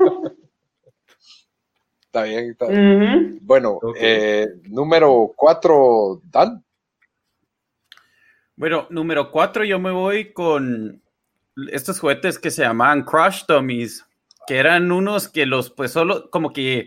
Está bien, está bien. Ujú. Bueno, Ok. número 4, Dan. Bueno, número 4 yo me voy con estos juguetes que se llamaban Crush Dummies, que eran unos que pues solo como que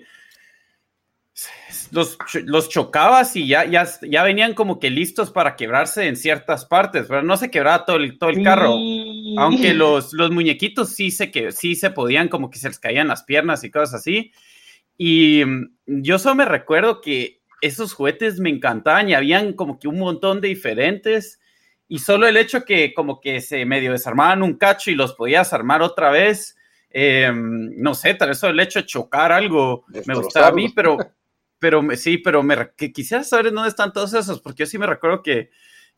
los chocabas y ya venían como que listos para quebrarse en ciertas partes, pero no se quebraba todo el carro. Sí. Aunque los muñequitos sí se podían, como que se les caían las piernas y cosas así. Y yo solo me recuerdo que esos juguetes me encantaban y habían como que un montón de diferentes. Y solo el hecho que como que se medio desarmaban un cacho y los podías armar otra vez, no sé, tal vez solo el hecho de chocar algo me gustaba a mí, pero que quisiera saber dónde están todos esos, porque yo sí me recuerdo que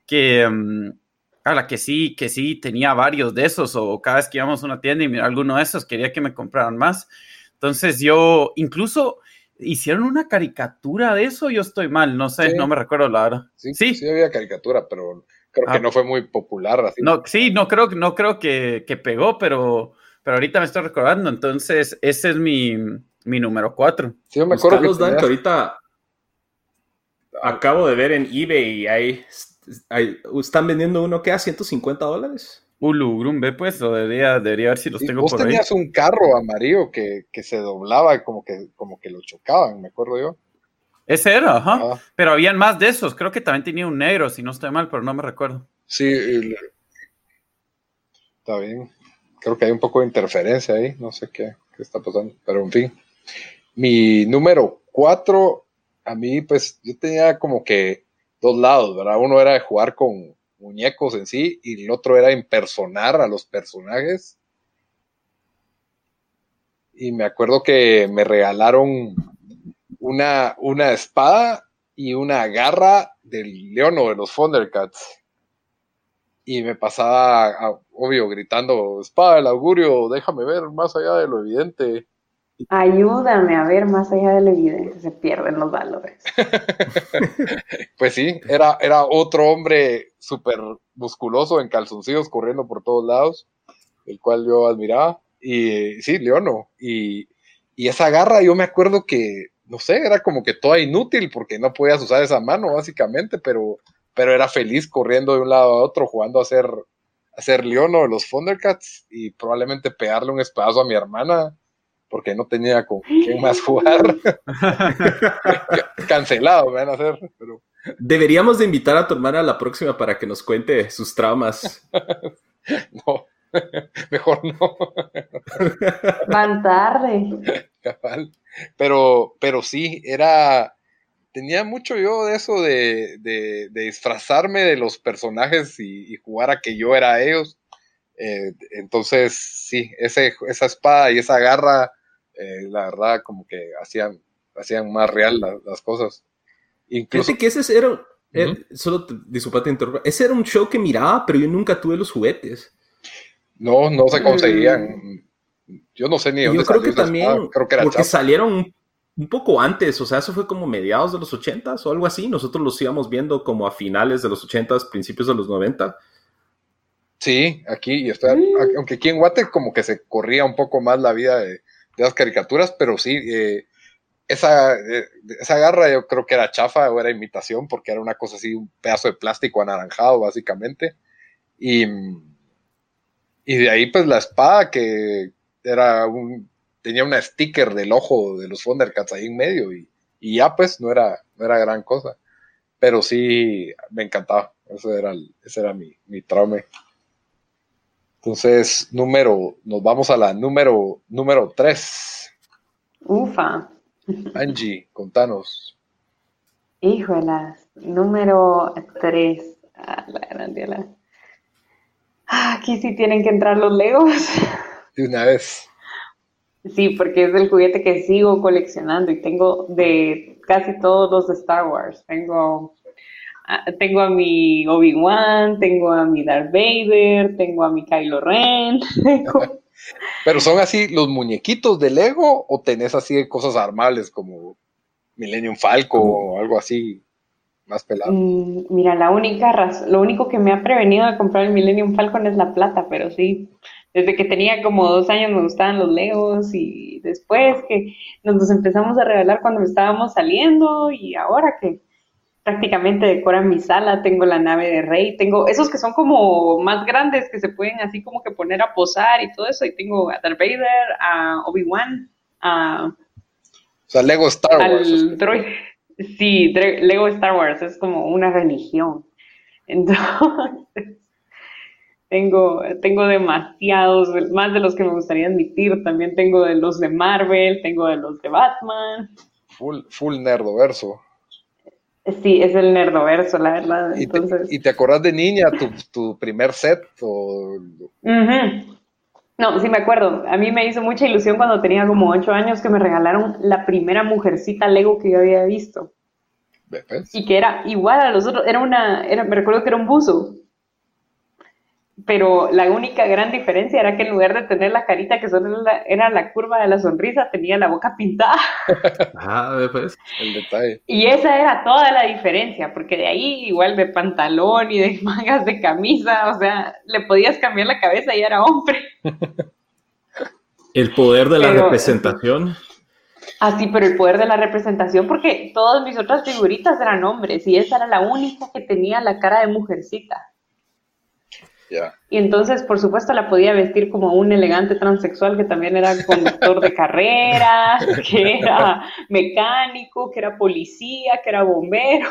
sí tenía varios de esos, o cada vez que íbamos a una tienda y miraba alguno de esos, quería que me compraran más. Entonces yo, incluso hicieron una caricatura de eso, yo estoy mal, no sé, Sí. no me recuerdo la verdad. Sí había caricatura, pero creo que no fue muy popular así. No creo que pegó, pero ahorita me estoy recordando, entonces ese es mi número 4. Sí, yo me acuerdo Buscalos, Dan, tenías- que ahorita acabo de ver en eBay y están vendiendo uno que a $150. Ulugrum, ve pues, o debería ver si los Sí, tengo vos por ahí. tenías un carro amarillo que se doblaba como que lo chocaban, me acuerdo yo. Ese era, ajá. Ah. Pero habían más de esos. Creo que también tenía un negro, si no estoy mal, pero no me recuerdo. Sí, está bien. Creo que hay un poco de interferencia ahí, no sé qué está pasando, pero en fin. Mi número 4, a mí pues yo tenía como que dos lados, ¿verdad? Uno era de jugar con muñecos en sí y el otro era impersonar a los personajes. Y me acuerdo que me regalaron una espada y una garra del Leono de los Thundercats. Y me pasaba, obvio, gritando, espada del augurio, déjame ver más allá de lo evidente. Ayúdame a ver más allá de la evidencia, se pierden los valores. Pues sí, era otro hombre súper musculoso en calzoncillos corriendo por todos lados, el cual yo admiraba. Y sí, Leono. Y esa garra yo me acuerdo que, no sé, era como que toda inútil porque no podías usar esa mano básicamente, pero era feliz corriendo de un lado a otro jugando a ser Leono de los Thundercats y probablemente pegarle un espadazo a mi hermana porque no tenía con quién más jugar. Cancelado me van a hacer, pero... Deberíamos de invitar a tu hermana a la próxima para que nos cuente sus traumas. No, mejor no. Van tarde. Cabal. Pero sí, tenía mucho yo de eso de disfrazarme de los personajes y jugar a que yo era ellos. Entonces, sí, esa espada y esa garra, la verdad, como que hacían más real las cosas. Incluso, Fíjate que ese era... disculpa, te interrumpo. Ese era un show que miraba, pero yo nunca tuve los juguetes. no se conseguían. Yo no sé ni dónde Yo creo salió que esa espada. también, Creo que era porque chafa. salieron un poco antes, o sea, eso fue como mediados de los 80s o algo así. Nosotros los íbamos viendo como a finales de los 80s, principios de los 90. Sí, aquí, aunque aquí en Guate como que se corría un poco más la vida de las caricaturas, pero sí, esa garra yo creo que era chafa o era imitación, porque era una cosa así, un pedazo de plástico anaranjado básicamente, y de ahí pues la espada que tenía una sticker del ojo de los Thundercats ahí en medio, y ya pues no era gran cosa, pero sí me encantaba, ese era mi trauma. Entonces, nos vamos a la número 3. Ufa. Angie, contanos. Híjolas. Número 3. La grandiola. Aquí sí tienen que entrar los Legos. De una vez. Sí, porque es el juguete que sigo coleccionando y tengo de casi todos los de Star Wars. Tengo a mi Obi-Wan, tengo a mi Darth Vader, tengo a mi Kylo Ren. Pero son así los muñequitos de Lego o tenés así cosas armables como Millennium Falcon o algo así más pelado. Mira, lo único que me ha prevenido de comprar el Millennium Falcon es la plata, pero sí, desde que tenía como 2 años me gustaban los Legos y después que nos los empezamos a regalar cuando estábamos saliendo y ahora que prácticamente decoran mi sala, tengo la nave de Rey, tengo esos que son como más grandes que se pueden así como que poner a posar y todo eso, y tengo a Darth Vader, a Obi-Wan, O sea, Lego Star Wars. al droide. Sí, Lego Star Wars es como una religión. Entonces, tengo demasiados, más de los que me gustaría admitir. También tengo de los de Marvel, tengo de los de Batman. Full nerdoverso. Sí, es el nerdoverso, la verdad. Entonces... ¿Y te acordás de niña tu primer set? O... Uh-huh. No, sí me acuerdo. A mí me hizo mucha ilusión cuando tenía como 8 años que me regalaron la primera mujercita Lego que yo había visto. ¿Ves? Y que era igual a los otros. Me recuerdo que era un buzo. Pero la única gran diferencia era que en lugar de tener la carita que solo era la curva de la sonrisa, tenía la boca pintada. Pues. El detalle. Y esa era toda la diferencia, porque de ahí igual de pantalón y de mangas de camisa, o sea, le podías cambiar la cabeza y era hombre. El poder de la representación. Sí, pero el poder de la representación, porque todas mis otras figuritas eran hombres y esa era la única que tenía la cara de mujercita. Yeah. Y entonces, por supuesto, la podía vestir como un elegante transexual que también era conductor de carrera, que era mecánico, que era policía, que era bombero.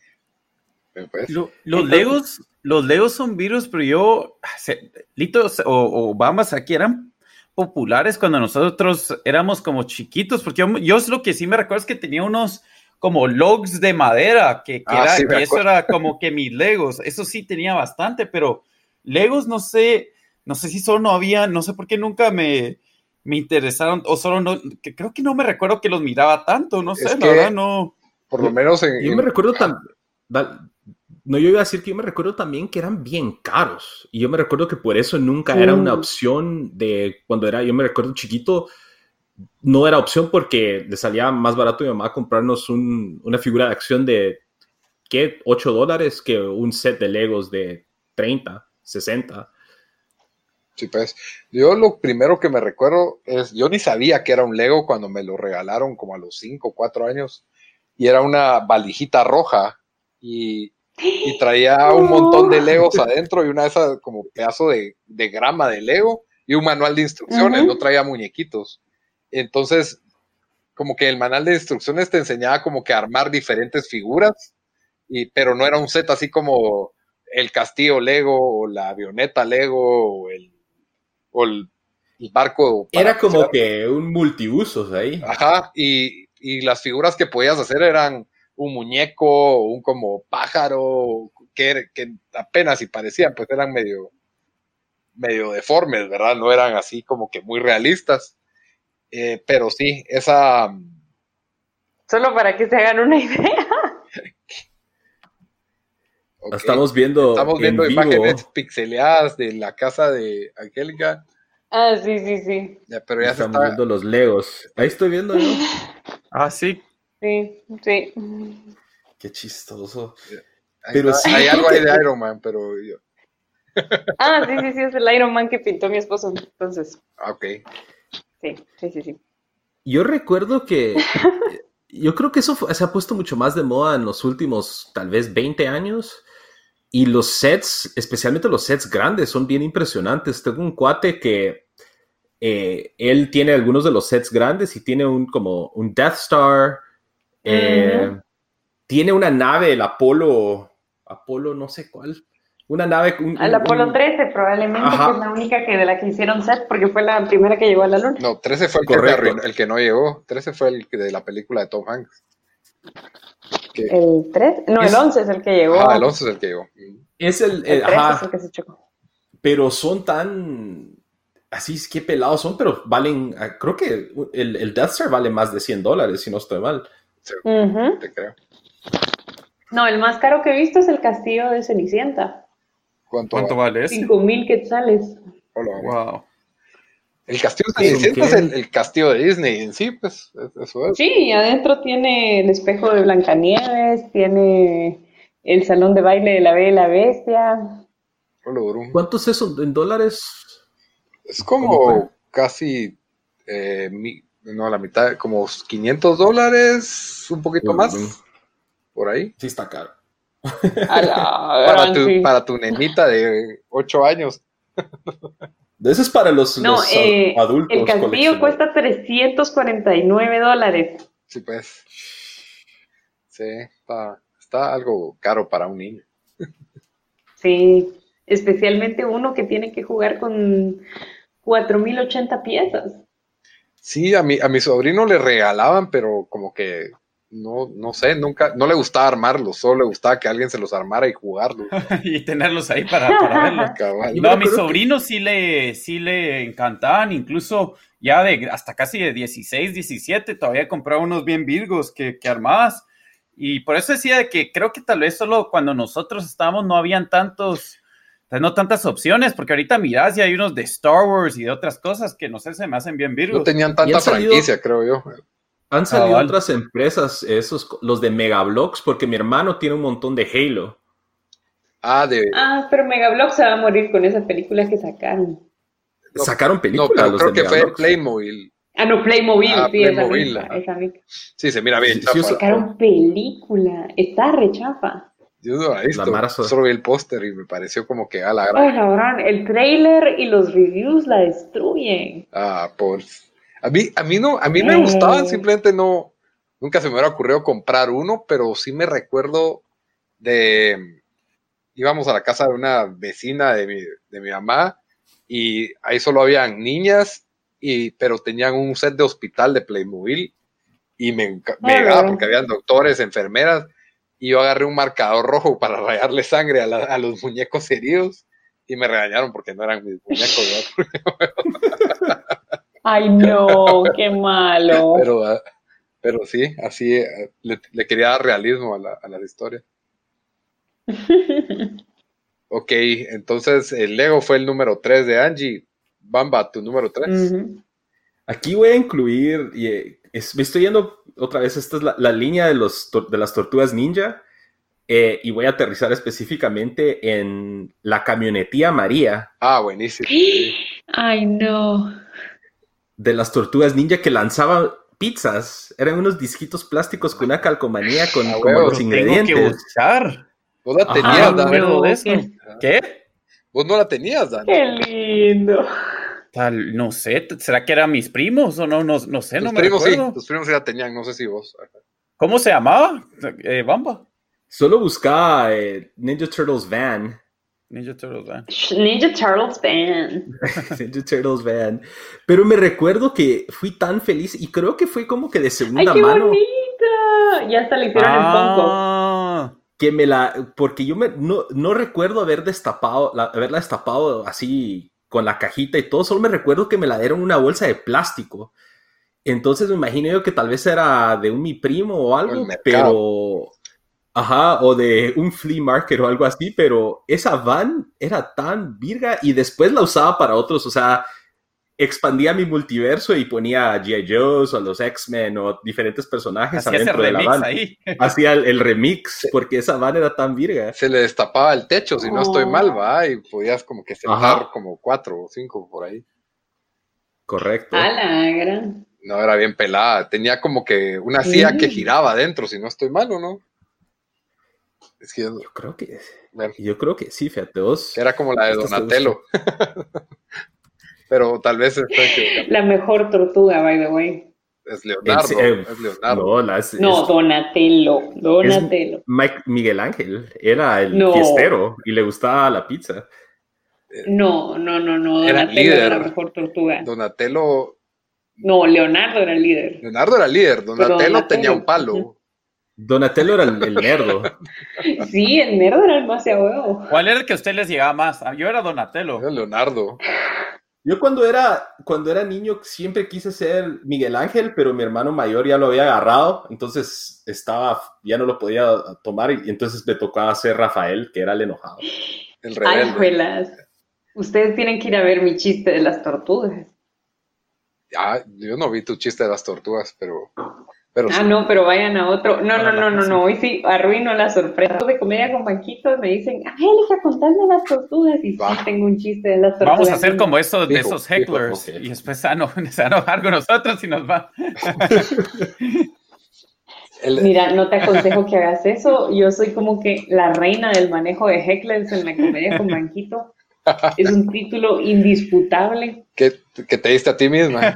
Los Legos son virus, pero Litos o Obamas aquí eran populares cuando nosotros éramos como chiquitos, porque yo lo que sí me recuerdo es que tenía unos como logs de madera, que eso era como que mis Legos, eso sí tenía bastante, pero Legos no sé si solo no había, no sé por qué nunca me interesaron, o solo no, que creo que no me recuerdo que los miraba tanto, no sé, la verdad no. Por lo menos yo me recuerdo yo iba a decir que yo me recuerdo también que eran bien caros, y yo me recuerdo que por eso nunca era una opción de cuando yo me recuerdo chiquito, no era opción porque le salía más barato a mi mamá comprarnos una figura de acción de, ¿qué? $8 que un set de Legos de 30, 60. Sí, pues. Yo lo primero que me recuerdo es, yo ni sabía que era un Lego cuando me lo regalaron como a los 5 o 4 años, y era una valijita roja, y traía un montón de Legos adentro, y una de esas como pedazo de grama de Lego, y un manual de instrucciones, no traía muñequitos. Entonces, como que el manual de instrucciones te enseñaba como que a armar diferentes figuras, pero no era un set así como el castillo Lego, o la avioneta Lego, o el barco. Era como que un multiusos ahí. Ajá, y las figuras que podías hacer eran un muñeco, un como pájaro, que apenas si parecían, pues eran medio deformes, ¿verdad? No eran así como que muy realistas. Pero sí, esa... Solo para que se hagan una idea. Okay. Estamos viendo imágenes pixeleadas de la casa de Angélica. Sí. Ya, pero ya estamos viendo los Legos. Ahí estoy viendo yo. Sí. Sí. Qué chistoso. Pero sí. Hay algo ahí de Iron Man, pero yo... Sí, es el Iron Man que pintó mi esposo, entonces. Ok. Sí. Yo recuerdo que... yo creo que eso se ha puesto mucho más de moda en los últimos, tal vez, 20 años. Y los sets, especialmente los sets grandes, son bien impresionantes. Tengo un cuate que él tiene algunos de los sets grandes y tiene como un Death Star. Tiene una nave, el Apolo no sé cuál. Una nave... El Apolo 13 probablemente, que es la única de la que hicieron set, porque fue la primera que llegó a la luna. No, 13 fue el que no llegó. 13 fue el de la película de Tom Hanks. ¿El 3? No, el 11 es el que llegó. El 11 es el que llegó. Es el 3 es el que se chocó. pero son tan... Así es que pelados son, pero valen... Creo que el Death Star vale más de $100, si no estoy mal. Sí, Ujú. te creo. No, el más caro que he visto es el castillo de Cenicienta. ¿Cuánto vale ese? 5,000 quetzales. Hola. Wow. El castillo de Cenicienta es ¿Qué? el castillo de Disney en sí, pues, eso es. Sí, adentro tiene el espejo de Blancanieves, tiene el salón de baile de la Bella y la Bestia. Hola, Bru. ¿Cuánto es eso en dólares? Es ¿Cómo como fue? casi, no, la mitad, como $500, un poquito más, por ahí. Sí, está caro. A la gran, sí. Para tu nenita de 8 años. Eso es para los No, adultos. el castillo cuesta $349. Sí, pues. Sí, está algo caro para un niño. Sí, especialmente uno que tiene que jugar con 4,080 piezas. Sí, a mi sobrino le regalaban, pero como que no sé, nunca, no le gustaba armarlos, solo le gustaba que alguien se los armara y jugarlos. Y tenerlos ahí para verlos. Cabal. No, a mis sobrinos sí le encantaban, incluso ya hasta casi de 16, 17, todavía compraba unos bien virgos que armabas. Y por eso decía de que creo que tal vez solo cuando nosotros estábamos no habían no tantas opciones, porque ahorita mirás y hay unos de Star Wars y de otras cosas que no sé, se me hacen bien virgos. No tenían tanta franquicia, creo yo. Han salido otras empresas, los de Megablocks, porque mi hermano tiene un montón de Halo. Pero Megablock se va a morir con esa película que sacaron. ¿Sacaron películas? No, pero los creo de que fue Megablocks? Playmobil. No, Playmobil, sí, Playmobil, esa misma. Sí, se mira bien. Sí, Sacaron película, está rechafa. Yo no la he visto, solo vi el póster y me pareció como que a la gran. La gran, el trailer y los reviews la destruyen. Pues a mí me gustaban, simplemente nunca se me hubiera ocurrido comprar uno, pero sí me recuerdo íbamos a la casa de una vecina de mi mamá y ahí solo habían niñas, pero tenían un set de hospital de Playmobil y me llegaba porque habían doctores, enfermeras, y yo agarré un marcador rojo para rayarle sangre a los muñecos heridos y me regañaron porque no eran mis muñecos. Ay, no, qué malo. Pero sí, así le quería dar realismo a las historias. Ok, entonces el Lego fue el número 3 de Angie. Bamba, tu número 3. Ujú. Aquí voy a incluir, me estoy yendo otra vez, esta es la línea de las tortugas ninja, y voy a aterrizar específicamente en la camionetía María. Buenísimo. Ay, no. De las tortugas ninja que lanzaban pizzas. Eran unos disquitos plásticos con una calcomanía con como los ingredientes. Tengo que buscar. Vos la tenías, Dan. No, de eso. ¿Qué? Vos no la tenías, Dan. Qué lindo. No sé, ¿será que eran mis primos o no? No sé, no me recuerdo. Tus primos sí la tenían, no sé si vos. ¿Cómo se llamaba? Bamba. Solo buscaba Ninja Turtles Van. Ninja Turtles Van. Ninja Turtles Van. Ninja Turtles Van. Pero me recuerdo que fui tan feliz y creo que fue como que de segunda ¡Ay, qué mano. bonita! Ya hasta le hicieron el Funko. Que porque yo no recuerdo haberla destapado así con la cajita y todo, solo me recuerdo que me la dieron en una bolsa de plástico. Entonces me imagino yo que tal vez era de mi primo o algo, pero o de un flea market o algo así, pero esa van era tan virga y después la usaba para otros, o sea, expandía mi multiverso y ponía a G.I. Joe o los X-Men o diferentes personajes adentro de la van. Hacía el remix porque esa van era tan virga. Se le destapaba el techo, si no estoy mal, va, y podías como que sentar como 4 o 5 por ahí. Correcto. A la gran. No, era bien pelada. Tenía como que una silla que giraba adentro, si no estoy mal, ¿o no? Es que yo creo que sí, fíjate vos. Era como la de Donatello. Pero tal vez la mejor tortuga, by the way. Es Leonardo. Es Leonardo. No, Donatello. Miguel Ángel era el fiestero y le gustaba la pizza. No. Donatello era la mejor tortuga. Donatello. No, Leonardo era el líder. Leonardo era el líder. Donatello tenía un palo. Donatello era el nerdo. Sí, el nerdo era el más a huevo. ¿Cuál era el que a usted les llegaba más? Yo era Donatello. Era Leonardo. Yo cuando era niño siempre quise ser Miguel Ángel, pero mi hermano mayor ya lo había agarrado, entonces ya no lo podía tomar y entonces me tocaba ser Rafael, que era el enojado. El Ay, rebelde. juelas. Ustedes tienen que ir a ver mi chiste de las tortugas. Ah, yo no vi tu chiste de las tortugas, pero Ah, no, pero vayan a otro. No. Hoy sí arruino la sorpresa. De comedia con banquitos me dicen, Angélica, contando las tortugas. Y sí, tengo un chiste de las tortugas. Vamos a hacer como eso de Fijo, esos hecklers. fijo, ok. Y después se va a enojar con nosotros y nos va. Mira, no te aconsejo que hagas eso. Yo soy como que la reina del manejo de hecklers en la comedia con banquito. Es un título indisputable. ¿Qué te diste a ti misma?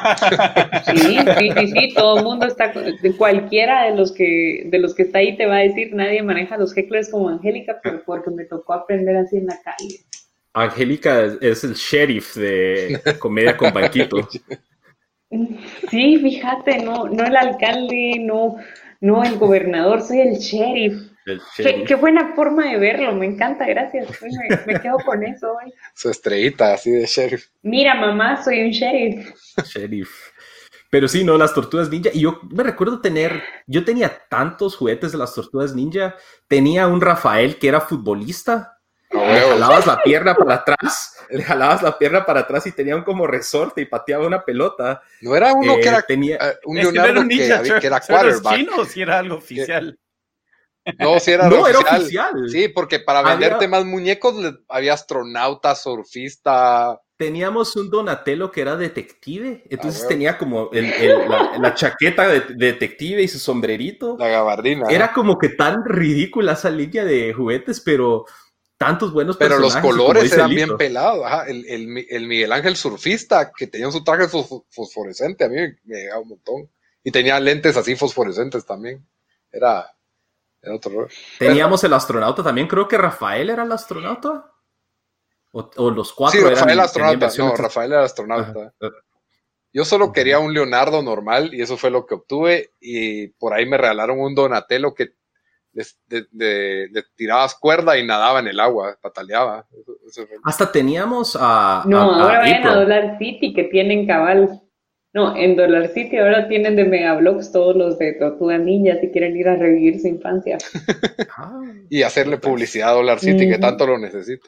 Sí. Todo el mundo está, cualquiera de los que está ahí te va a decir, nadie maneja los hecklers como Angélica, pero porque me tocó aprender así en la calle. Angélica es el sheriff de comedia con banquito. Sí, fíjate, no el alcalde, no el gobernador, soy el sheriff. Qué buena forma de verlo, me encanta, gracias. Me quedo con eso hoy. Su estrellita así de sheriff. Mira, mamá, soy un sheriff. Sheriff. Pero sí, no, las tortugas ninja. Y yo me recuerdo yo tenía tantos juguetes de las tortugas ninja. Tenía un Rafael que era futbolista. Le jalabas la pierna para atrás y tenía un como resorte y pateaba una pelota. No era uno que era un Leonardo que era quarterback. ¿Chino o si era algo oficial? No, sí era No, oficial. era oficial. Sí, porque para venderte más muñecos había astronauta, surfista. Teníamos un Donatello que era detective, entonces tenía como la chaqueta de detective y su sombrerito. La gabardina. Era como que tan ridícula esa línea de juguetes, pero tantos buenos personajes. Pero los colores eran bien pelados. Ajá, el Miguel Ángel surfista, que tenía su traje fosforescente, a mí me llegaba un montón. Y tenía lentes así fosforescentes también. Era otro rollo. Teníamos el astronauta también, creo que Rafael era el astronauta. O los cuatro sí, Rafael era astronauta. No, Rafael era astronauta. Yo solo quería un Leonardo normal y eso fue lo que obtuve. Y por ahí me regalaron un Donatello que le tirabas cuerda y nadaba en el agua, pataleaba. Eso fue. Hasta teníamos ahora vayan April. A Dollar City que tienen cabal. No, en Dollar City ahora tienen de Megablocks todos los de Tortuga Ninja si quieren ir a revivir su infancia. Y hacerle publicidad a Dollar City, que tanto lo necesito.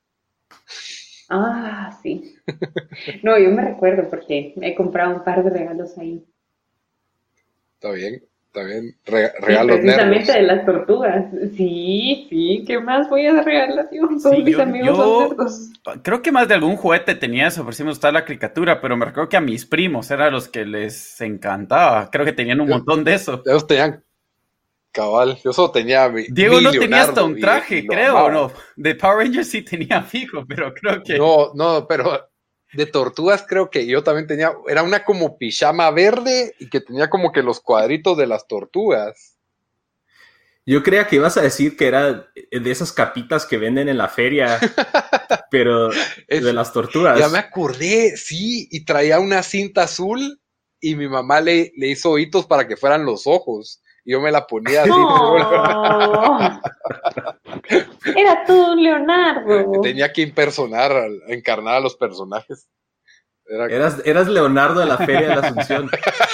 Ah, sí. No, yo me recuerdo porque he comprado un par de regalos ahí. Está bien. Regalos precisamente nerdos. de las tortugas. Sí, ¿qué más voy a regalar? Todos mis amigos son nerdos. Creo que más de algún juguete tenía eso, por si me gustaba la caricatura, pero me recuerdo que a mis primos eran los que les encantaba. Creo que tenían un montón de eso. Ellos tenían cabal. Yo solo tenía Diego no tenía hasta un traje, creo, ¿no? De Power Rangers sí tenía fijo, pero creo que... No, pero de tortugas creo que yo también tenía, era una como pijama verde y que tenía como que los cuadritos de las tortugas. Yo creía que ibas a decir que era de esas capitas que venden en la feria, pero de las tortugas. Ya me acordé, sí, y traía una cinta azul y mi mamá le hizo ojitos para que fueran los ojos. Y yo me la ponía así. No. Era todo un Leonardo. Tenía que encarnar a los personajes. Eras Leonardo de la Feria de la Asunción.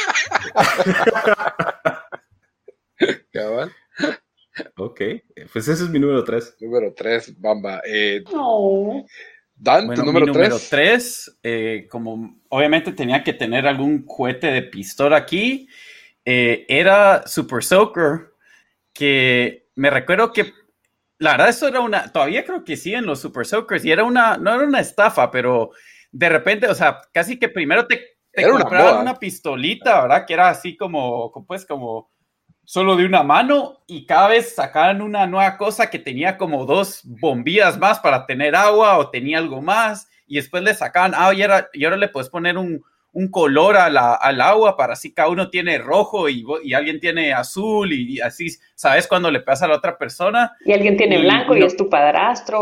¿Cabal? Ok, pues ese es mi número 3. Número 3, Bamba. No. Dan, Bueno, tu número mi 3. número 3, como obviamente tenía que tener algún cohete de pistola aquí, era Super Soaker, que me recuerdo que la verdad eso era todavía creo que sí en los Super Soakers, y no era una estafa, pero de repente, o sea, casi que primero te compraban una pistolita, ¿verdad? Que era así como solo de una mano, y cada vez sacaban una nueva cosa que tenía como 2 bombillas más para tener agua, o tenía algo más, y después le sacaban, y ahora le puedes poner un un color al agua para así cada uno tiene rojo y alguien tiene azul y así sabes cuando le pasa a la otra persona. Y alguien tiene blanco y es tu padrastro.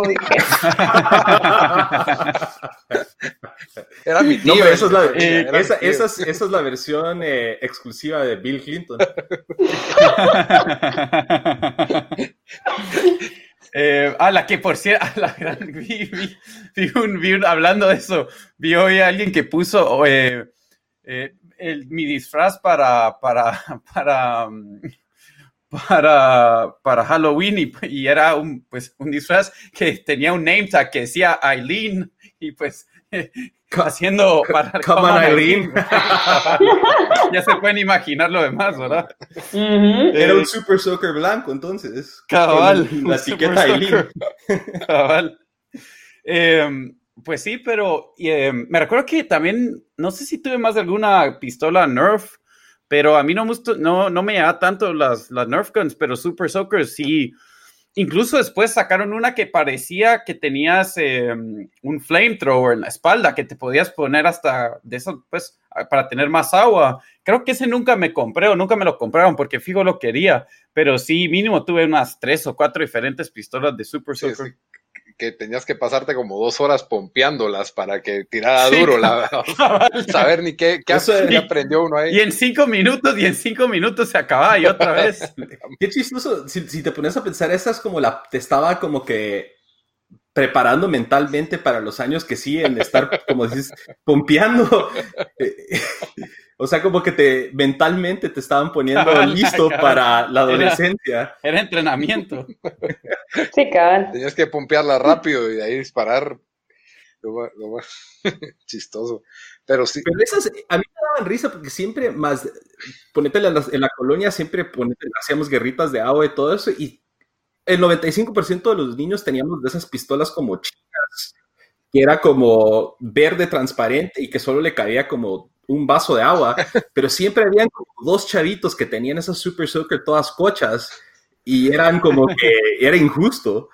Era mi tío. No, pero esa es la versión exclusiva de Bill Clinton. La que por cierto, hablando de eso, vi hoy a alguien que puso mi disfraz para Halloween y era un disfraz que tenía un name tag que decía Eileen y pues haciendo para Come on, Eileen. Ya se pueden imaginar lo demás, ¿verdad? Era un Super Soaker blanco, entonces. Cabal. La etiqueta Eileen. Cabal. Pues sí, pero me recuerdo que también, no sé si tuve más de alguna pistola Nerf, pero a mí no me llegaba tanto las Nerf guns, pero Super Soaker sí. Incluso después sacaron una que parecía que tenías un flamethrower en la espalda que te podías poner hasta de eso, pues, para tener más agua. Creo que ese nunca me compré o nunca me lo compraron porque fijo lo quería, pero sí, mínimo tuve unas 3 o 4 diferentes pistolas de Super Soaker. Sí, que tenías que pasarte como 2 horas pompeándolas para que tirara duro, saber ni qué aprendió uno ahí. Y en 5 minutos se acababa y otra vez. Qué chistoso, si te pones a pensar, esa es como te estaba como que preparando mentalmente para los años que siguen, estar, como dices, pompeando. O sea, como que mentalmente te estaban poniendo listo para la adolescencia. Era entrenamiento. Sí, cabal. Tenías que pompearla rápido y de ahí disparar. Lo más chistoso. Pero sí. Pero esas a mí me daban risa porque siempre más, ponete en la colonia, siempre hacíamos guerritas de agua y todo eso, y el 95% de los niños teníamos de esas pistolas como chicas, que era como verde transparente y que solo le cabía como un vaso de agua, pero siempre habían como 2 chavitos que tenían esas Super Soaker todas cochas y eran como que era injusto.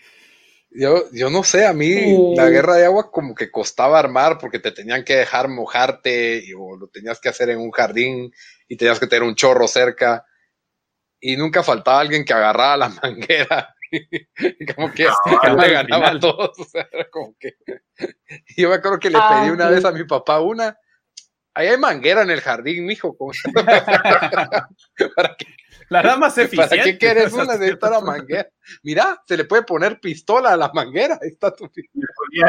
Yo no sé, a mí la guerra de agua como que costaba armar porque te tenían que dejar mojarte o lo tenías que hacer en un jardín y tenías que tener un chorro cerca y nunca faltaba alguien que agarraba la manguera y como que le ganaba a todos. O sea, era como que... Yo me acuerdo que le pedí una vez a mi papá ahí hay manguera en el jardín, mijo. ¿Para qué? La nada más eficiente. ¿Para qué quieres una de esta manguera? Mira, se le puede poner pistola a la manguera. Ahí está tu pistola.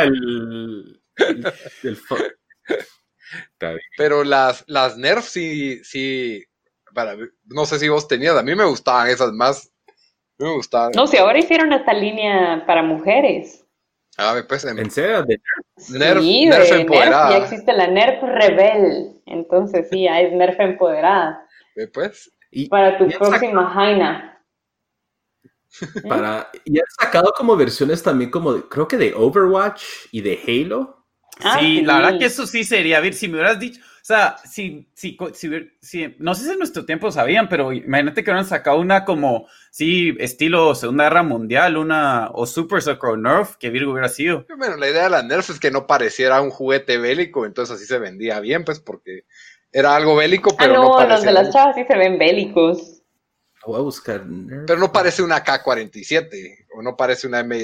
Pero las Nerf sí. No sé si vos tenías. A mí me gustaban esas más. Me gustaban. No, si ahora hicieron esta línea para mujeres. Pues ¿En serio? Nerf empoderada. Nerf, ya existe la Nerf Rebel. Entonces sí, ya es Nerf empoderada. Pues. Para tu próxima Jaina. Y han sacado como versiones también como, creo que de Overwatch y de Halo. Sí, la verdad que eso sí sería, a ver, si me hubieras dicho, o sea, no sé si en nuestro tiempo sabían, pero imagínate que hubieran sacado una como, sí, estilo Segunda Guerra Mundial, o Super Soaker o Nerf, que Virgo hubiera sido. Bueno, la idea de la Nerf es que no pareciera un juguete bélico, entonces así se vendía bien, pues, porque era algo bélico, pero no parecía. Los de las chavas sí se ven bélicos. Voy a buscar Nerf. Pero no parece una K-47, o no parece una M16.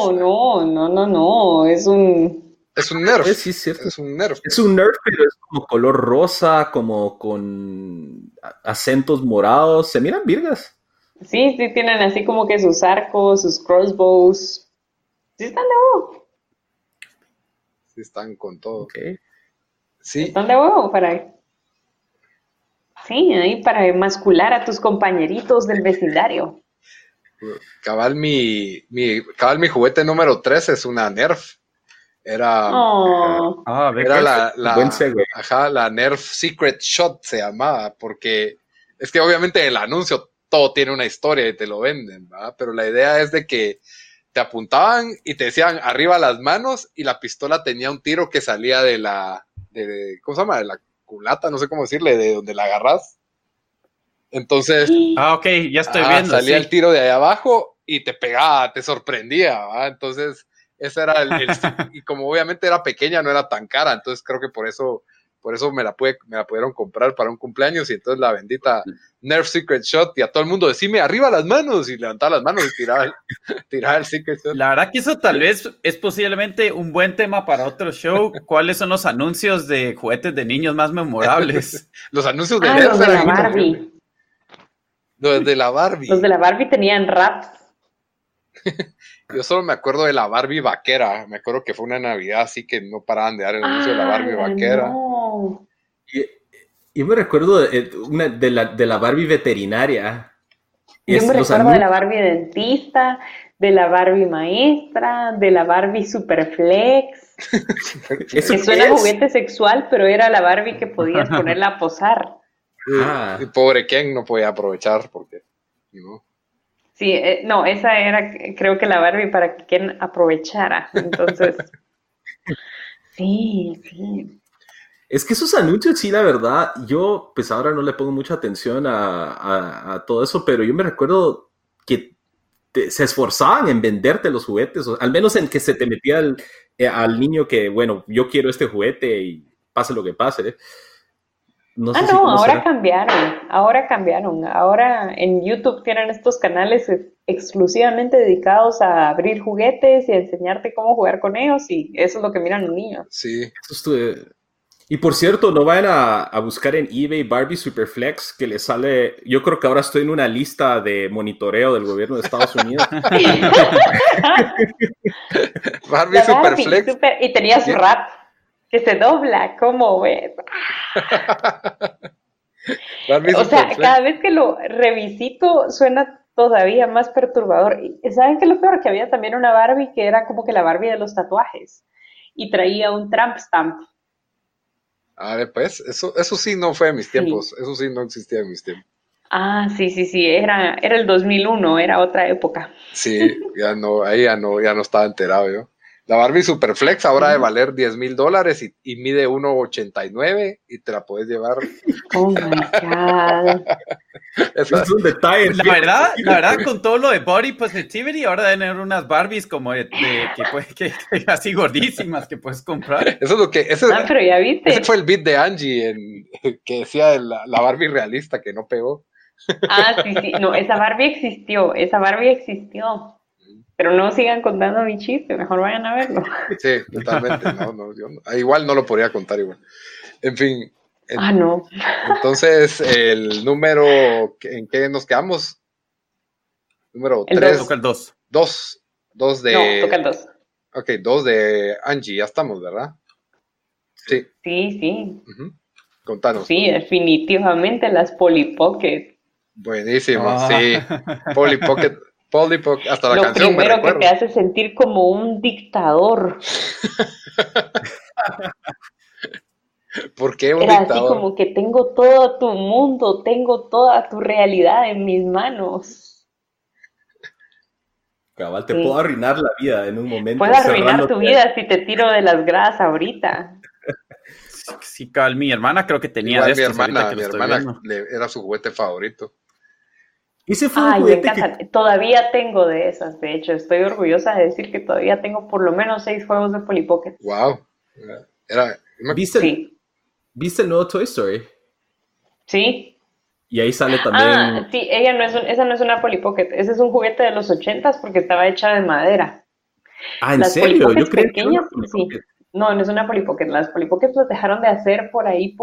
No, es un Nerf. Sí, es cierto. Es un Nerf. Es un Nerf, pero es como color rosa, como con acentos morados. Se miran virgas. Sí, tienen así como que sus arcos, sus crossbows. Sí están de huevo. Sí están con todo. Okay. Sí. Están de huevo ahí para emascular a tus compañeritos del vecindario. Cabal mi juguete número 3 es una Nerf. Era la Nerf Secret Shot se llamaba, porque es que obviamente el anuncio todo tiene una historia y te lo venden, ¿verdad? Pero la idea es de que te apuntaban y te decían arriba las manos y la pistola tenía un tiro que salía ¿cómo se llama? De la culata, no sé cómo decirle, de donde la agarras. Entonces, ok, ya estoy viendo. Salía el tiro de ahí abajo y te pegaba, te sorprendía, ¿verdad? Entonces, ese era y como obviamente era pequeña, no era tan cara, entonces creo que por eso por eso me la pudieron comprar para un cumpleaños y entonces la bendita Nerf Secret Shot y a todo el mundo decime arriba las manos y levantaba las manos y tiraba el Secret Shot. La verdad que eso tal vez es posiblemente un buen tema para otro show. ¿Cuáles son los anuncios de juguetes de niños más memorables? Los anuncios de los de la Barbie. Los de la Barbie. Los de la Barbie tenían raps. Yo solo me acuerdo de la Barbie vaquera. Me acuerdo que fue una Navidad así que no paraban de dar el anuncio de la Barbie vaquera. No. Yo me recuerdo de la Barbie veterinaria. Yo me recuerdo de la Barbie dentista, de la Barbie maestra, de la Barbie Superflex. Que suena juguete sexual, pero era la Barbie que podías ponerla a posar. Y pobre Ken no podía aprovechar porque... ¿no? Sí, no, esa era creo que la Barbie para que Ken aprovechara. Entonces, sí. Es que esos anuncios, sí, la verdad, yo pues ahora no le pongo mucha atención a todo eso, pero yo me recuerdo que se esforzaban en venderte los juguetes, o al menos en que se te metía al niño que, bueno, yo quiero este juguete y pase lo que pase. No sé ahora cambiaron. Ahora en YouTube tienen estos canales exclusivamente dedicados a abrir juguetes y a enseñarte cómo jugar con ellos, y eso es lo que miran los niños. Sí. Y por cierto, no vayan a buscar en eBay Barbie Superflex, que le sale... Yo creo que ahora estoy en una lista de monitoreo del gobierno de Estados Unidos. Barbie Superflex. Y tenía su rap, que se dobla, ¿cómo ves? O sea, cada vez que lo revisito suena todavía más perturbador. ¿Saben qué es lo peor? Que había también una Barbie que era como que la Barbie de los tatuajes y traía un tramp stamp. A ver, pues, eso sí no fue en mis tiempos, eso sí no existía en mis tiempos. Ah, sí, era el 2001, era otra época. Sí, ahí ya no estaba enterado yo. La Barbie Superflex ahora de valer $10,000 y mide 1.89 y te la puedes llevar. Oh my God. Eso es un detalle. La verdad, con todo lo de Body Positivity, ahora deben tener unas Barbies como que así gordísimas que puedes comprar. Eso es lo que. Pero ya viste. Ese fue el beat de Angie que decía de la Barbie realista que no pegó. Ah, sí. No, esa Barbie existió. Pero no sigan contando mi chiste, mejor vayan a verlo. Sí, totalmente. Igual no lo podría contar igual. En fin. No. Entonces, el número, ¿en qué nos quedamos? Número 3. Toca el 2. 2 de... No, toca el 2. Ok, 2 de Angie, ya estamos, ¿verdad? Sí. Sí. Uh-huh. Contanos. Sí, definitivamente las Polly Pocket. Buenísimo, sí. Polly Pocket, hasta la lo canción me recuerdo. Lo primero que te hace sentir como un dictador. ¿Por qué un Era dictador? así como que tengo todo tu mundo, tengo toda tu realidad en mis manos. Cabal, te puedo arruinar la vida en un momento. Puedo arruinar tu vida si te tiro de las gradas ahorita. Sí, cabal, mi hermana creo que tenía igual de estos. mi hermana era su juguete favorito. Ese fue un juguete Todavía tengo de esas, de hecho. Estoy orgullosa de decir que todavía tengo por lo menos 6 juegos de Polly Pocket. Wow. ¿Viste el nuevo Toy Story? Sí. Y ahí sale también... sí, esa no es una Polly Pocket. Ese es un juguete de los 80s porque estaba hecha de madera. ¿En serio? Yo creo pequeñas, que sí. No es una Polly Pocket. Las Polly Pockets las dejaron de hacer por ahí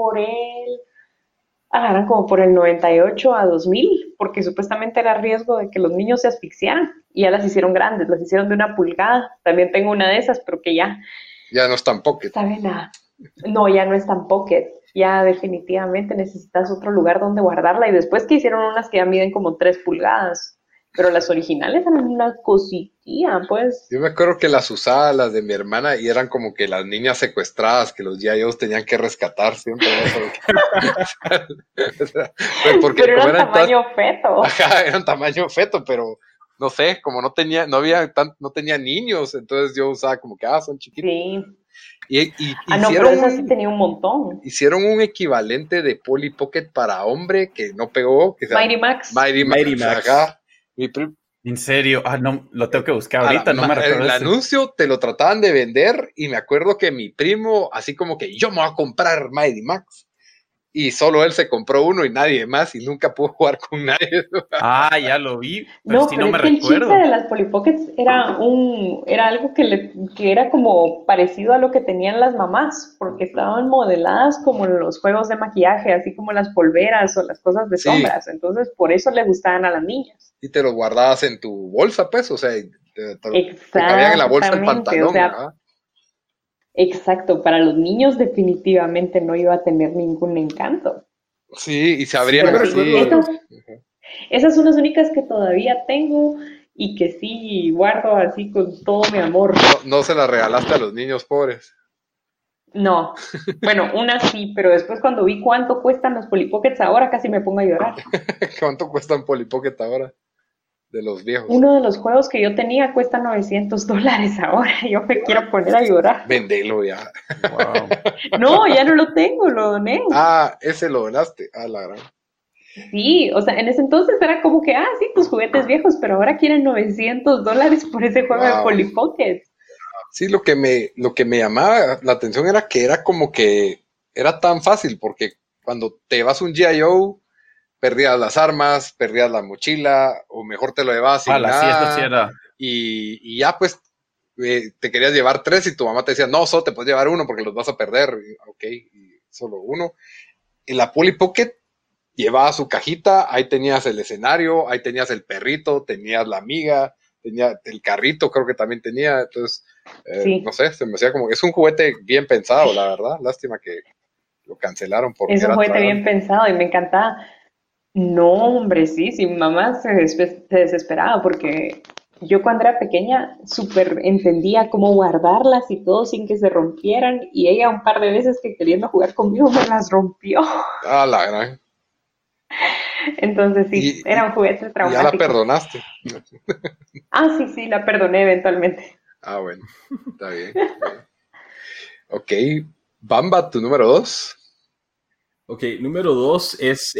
eran como por el 98 a 2000, porque supuestamente era riesgo de que los niños se asfixiaran, y ya las hicieron grandes, las hicieron de 1 pulgada. También tengo una de esas, pero que ya no es tan pocket. ¿Sabe nada? No, ya no es tan pocket. Ya definitivamente necesitas otro lugar donde guardarla, y después que hicieron unas que ya miden como 3 pulgadas. Pero las originales eran una cositilla, pues. Yo me acuerdo que las usaba, las de mi hermana, y eran como que las niñas secuestradas que los G.I.Os tenían que rescatar siempre. Pero eran tamaño feto. Ajá, eran tamaño feto, pero no sé, como no tenía niños, entonces yo usaba como que, son chiquitos. Sí. No, pero esa sí tenía un montón. Hicieron un equivalente de Polly Pocket para hombre que no pegó. Que Mighty Max. Mighty Max. Ajá. ¿En serio? Ah, no, lo tengo que buscar ahorita, no me recuerdo. El anuncio te lo trataban de vender y me acuerdo que mi primo, así como que yo me voy a comprar Mighty Max. Y solo él se compró uno y nadie más y nunca pudo jugar con nadie. Ah, ya lo vi, pero No, sí pero no me es que el recuerdo. chiste de las Polly Pockets era algo que era como parecido a lo que tenían las mamás, porque estaban modeladas como los juegos de maquillaje, así como las polveras o las cosas de Sí. sombras. Entonces, por eso le gustaban a las niñas. Y te lo guardabas en tu bolsa, pues, o sea, te cabían en la bolsa del pantalón. O sea, exacto, para los niños definitivamente no iba a tener ningún encanto. Sí, y se abrían Pero así. Esas son las únicas que todavía tengo y que sí guardo así con todo mi amor. No se las regalaste a los niños pobres. No, bueno, una sí, pero después cuando vi cuánto cuestan los Polly Pockets ahora casi me pongo a llorar. ¿Cuánto cuesta un Polly Pocket ahora? De los viejos. Uno de los juegos que yo tenía cuesta $900 ahora. Yo me quiero poner a llorar. Vendelo ya. Wow. No, ya no lo tengo, lo doné. Ah, ese lo donaste. Ah, la gran. Sí, o sea, en ese entonces era como que, sí, tus juguetes viejos, pero ahora quieren $900 por ese juego de Polly Pocket. Sí, lo que me llamaba la atención era que era como que era tan fácil, porque cuando te llevas un G.I.O., perdías las armas, perdías la mochila, o mejor te lo llevabas sin nada. Sí, esto sí era. Y ya pues te querías llevar 3 y tu mamá te decía, no, solo te puedes llevar 1 porque los vas a perder. Ok, y solo 1. En la Polly Pocket llevaba su cajita, ahí tenías el escenario, ahí tenías el perrito, tenías la amiga, tenía el carrito, creo que también tenía. Entonces, Sí. no sé, se me hacía como, es un juguete bien pensado, la verdad. Lástima que lo cancelaron porque Es un era juguete tragón. bien pensado y me encantaba. No, hombre, sí, mi mamá se desesperaba porque yo cuando era pequeña súper entendía cómo guardarlas y todo sin que se rompieran y ella un par de veces que queriendo jugar conmigo me las rompió. Ah, la gran. Entonces sí, era un juguete traumático. Ya la perdonaste. Sí, la perdoné eventualmente. Ah, bueno, está bien. Ok, Bamba, tu número 2. Ok, número 2 es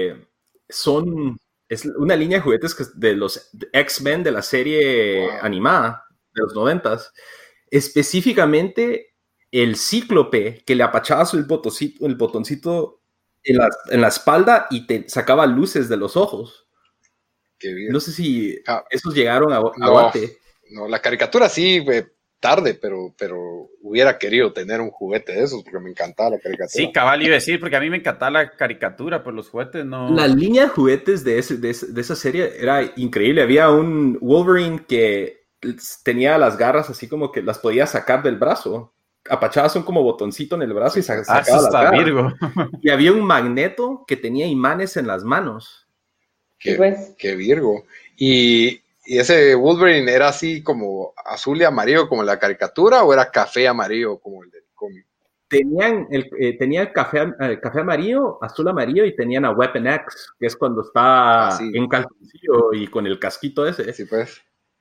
una línea de juguetes de los X-Men de la serie animada de los 90s. Específicamente el Cíclope que le apachabas el botoncito en la espalda y te sacaba luces de los ojos. Qué bien. No sé si esos llegaron a Guate. No, la caricatura sí, tarde, pero hubiera querido tener un juguete de esos porque me encantaba la caricatura. Sí, cabal iba a decir, porque a mí me encantaba la caricatura, pero los juguetes no. La línea de juguetes de esa serie era increíble. Había un Wolverine que tenía las garras así como que las podía sacar del brazo. Apachadas son como botoncito en el brazo y sacaba las garras. Virgo. Y había un Magneto que tenía imanes en las manos. Qué Virgo. Y ese Wolverine era así como azul y amarillo como la caricatura, o era café amarillo como el del cómic. Tenía el café amarillo, azul amarillo, y tenían a Weapon X, que es cuando está en calzoncillo y con el casquito ese. Sí, pues.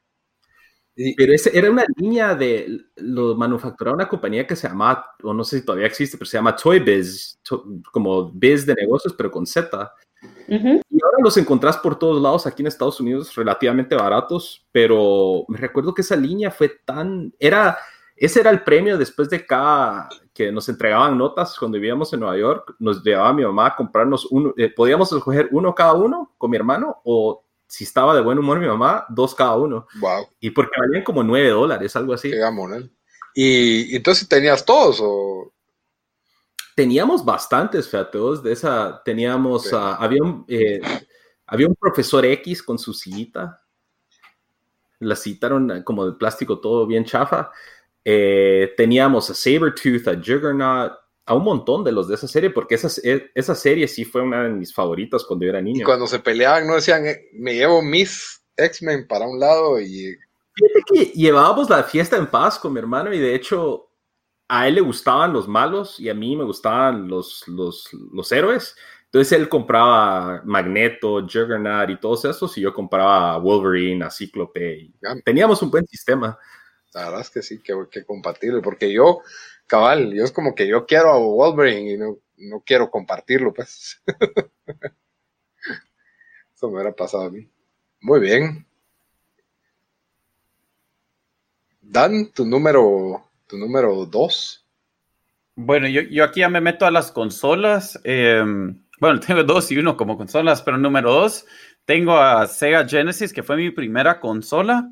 Pero era una línea lo manufacturaba una compañía que se llamaba, o no sé si todavía existe, pero se llama Toy Biz, como Biz de negocios, pero con Z. Uh-huh. Y ahora los encontrás por todos lados aquí en Estados Unidos, relativamente baratos, pero me recuerdo que esa línea fue ese era el premio después de que nos entregaban notas cuando vivíamos en Nueva York, nos llevaba mi mamá a comprarnos uno, podíamos escoger uno cada uno con mi hermano, o si estaba de buen humor mi mamá, 2 cada uno. Wow. Y porque valían como $9, algo así. Qué gamón, ¿eh? ¿Y entonces tenías todos o...? Teníamos bastantes, fíjate, de esa, teníamos, había un profesor X con su sillita, la sillita era como de plástico todo bien chafa, teníamos a Sabretooth, a Juggernaut, a un montón de los de esa serie, porque esa serie sí fue una de mis favoritas cuando yo era niño. Y cuando se peleaban no decían, me llevo mis X-Men para un lado y... Fíjate que llevábamos la fiesta en paz con mi hermano y de hecho... A él le gustaban los malos y a mí me gustaban los héroes. Entonces él compraba Magneto, Juggernaut y todos esos y yo compraba a Wolverine, a Cíclope. Teníamos un buen sistema. La verdad es que sí, que compatible. Porque yo es como que yo quiero a Wolverine y no quiero compartirlo, pues. Eso me hubiera pasado a mí. Muy bien. Dan, tu número 2. Bueno, yo aquí ya me meto a las consolas. Bueno, tengo 2 y 1 como consolas, pero número 2 tengo a Sega Genesis, que fue mi primera consola.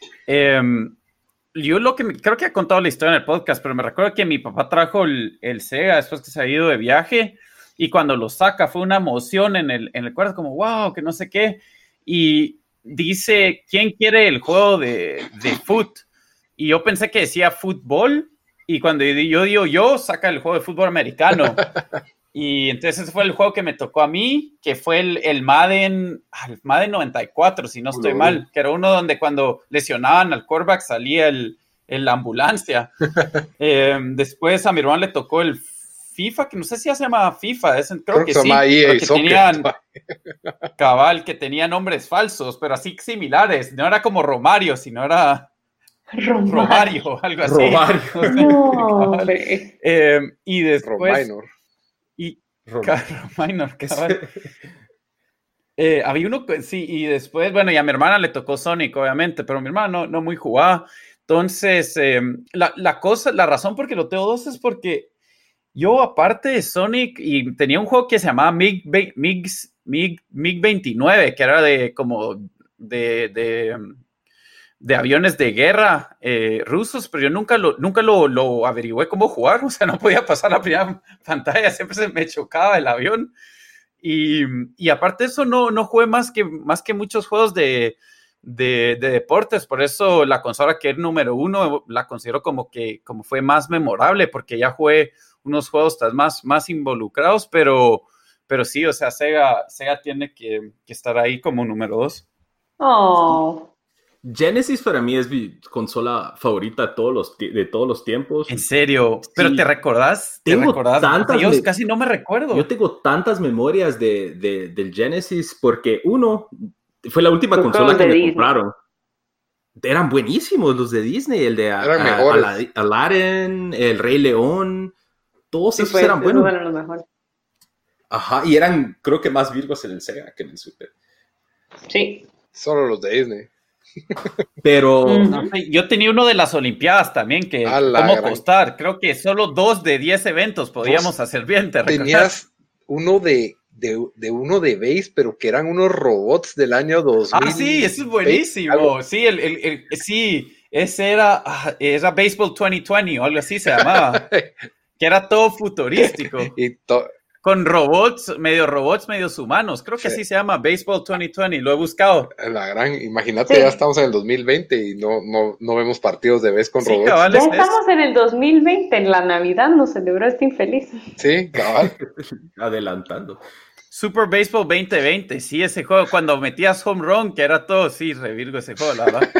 Yo creo que he contado la historia en el podcast, pero me recuerdo que mi papá trajo el Sega después que se ha ido de viaje, y cuando lo saca fue una emoción en el cuarto, como wow, que no sé qué, y dice, ¿quién quiere el juego de foot? Y yo pensé que decía fútbol, y cuando yo digo yo, saca el juego de fútbol americano. Y entonces ese fue el juego que me tocó a mí, que fue el Madden 94, si no estoy mal, que era uno donde cuando lesionaban al quarterback salía la ambulancia. Después a mi hermano le tocó el FIFA, que no sé si ya se llama FIFA, creo que sí, que tenían cabal, que tenía nombres falsos, pero así similares, no era como Romario, sino era Romario, algo así. Romario. No, y después... Romainor, había uno, sí, y después, bueno, y a mi hermana le tocó Sonic, obviamente, pero mi hermana no muy jugaba. Entonces, la razón por que lo tengo 2 es porque yo, aparte de Sonic, y tenía un juego que se llamaba MiG-29, que era de aviones de guerra rusos, pero yo nunca lo averigüé cómo jugar, o sea, no podía pasar la primera pantalla, siempre se me chocaba el avión, y aparte de eso no jugué más que muchos juegos de deportes, por eso la consola que es número 1 la considero como fue más memorable, porque ya jugué unos juegos más involucrados, pero sí, o sea, Sega tiene que estar ahí como número 2. Oh. Genesis para mí es mi consola favorita de todos los tiempos. ¿En serio? ¿Pero sí, te recordás? Yo casi no me recuerdo. Yo tengo tantas memorias del Genesis porque fue la última consola que me compraron. Eran buenísimos los de Disney, el de Aladdin, el Rey León, todos esos eran buenos. Eran los mejores. Ajá, y eran creo que más virgos en el Sega que en el Super. Sí. Solo los de Disney. Pero yo tenía uno de las Olimpiadas también, que cómo costar, creo que solo 2 de 10 eventos podíamos hacer bien. Tenías uno de uno de base, pero que eran unos robots del año 2000. Ah, sí, eso es buenísimo. Sí, sí, ese era Baseball 2020 o algo así se llamaba, que era todo futurístico. Con robots, medios humanos. Creo que así se llama, Baseball 2020. Lo he buscado. Imagínate, ya estamos en el 2020 y no vemos partidos de vez con robots. Cabal, ya estamos en el 2020, en la Navidad nos celebró este infeliz. Sí, cabal. Adelantando. Super Baseball 2020, sí, ese juego, cuando metías home run, que era todo, sí, revirgo ese juego, la verdad.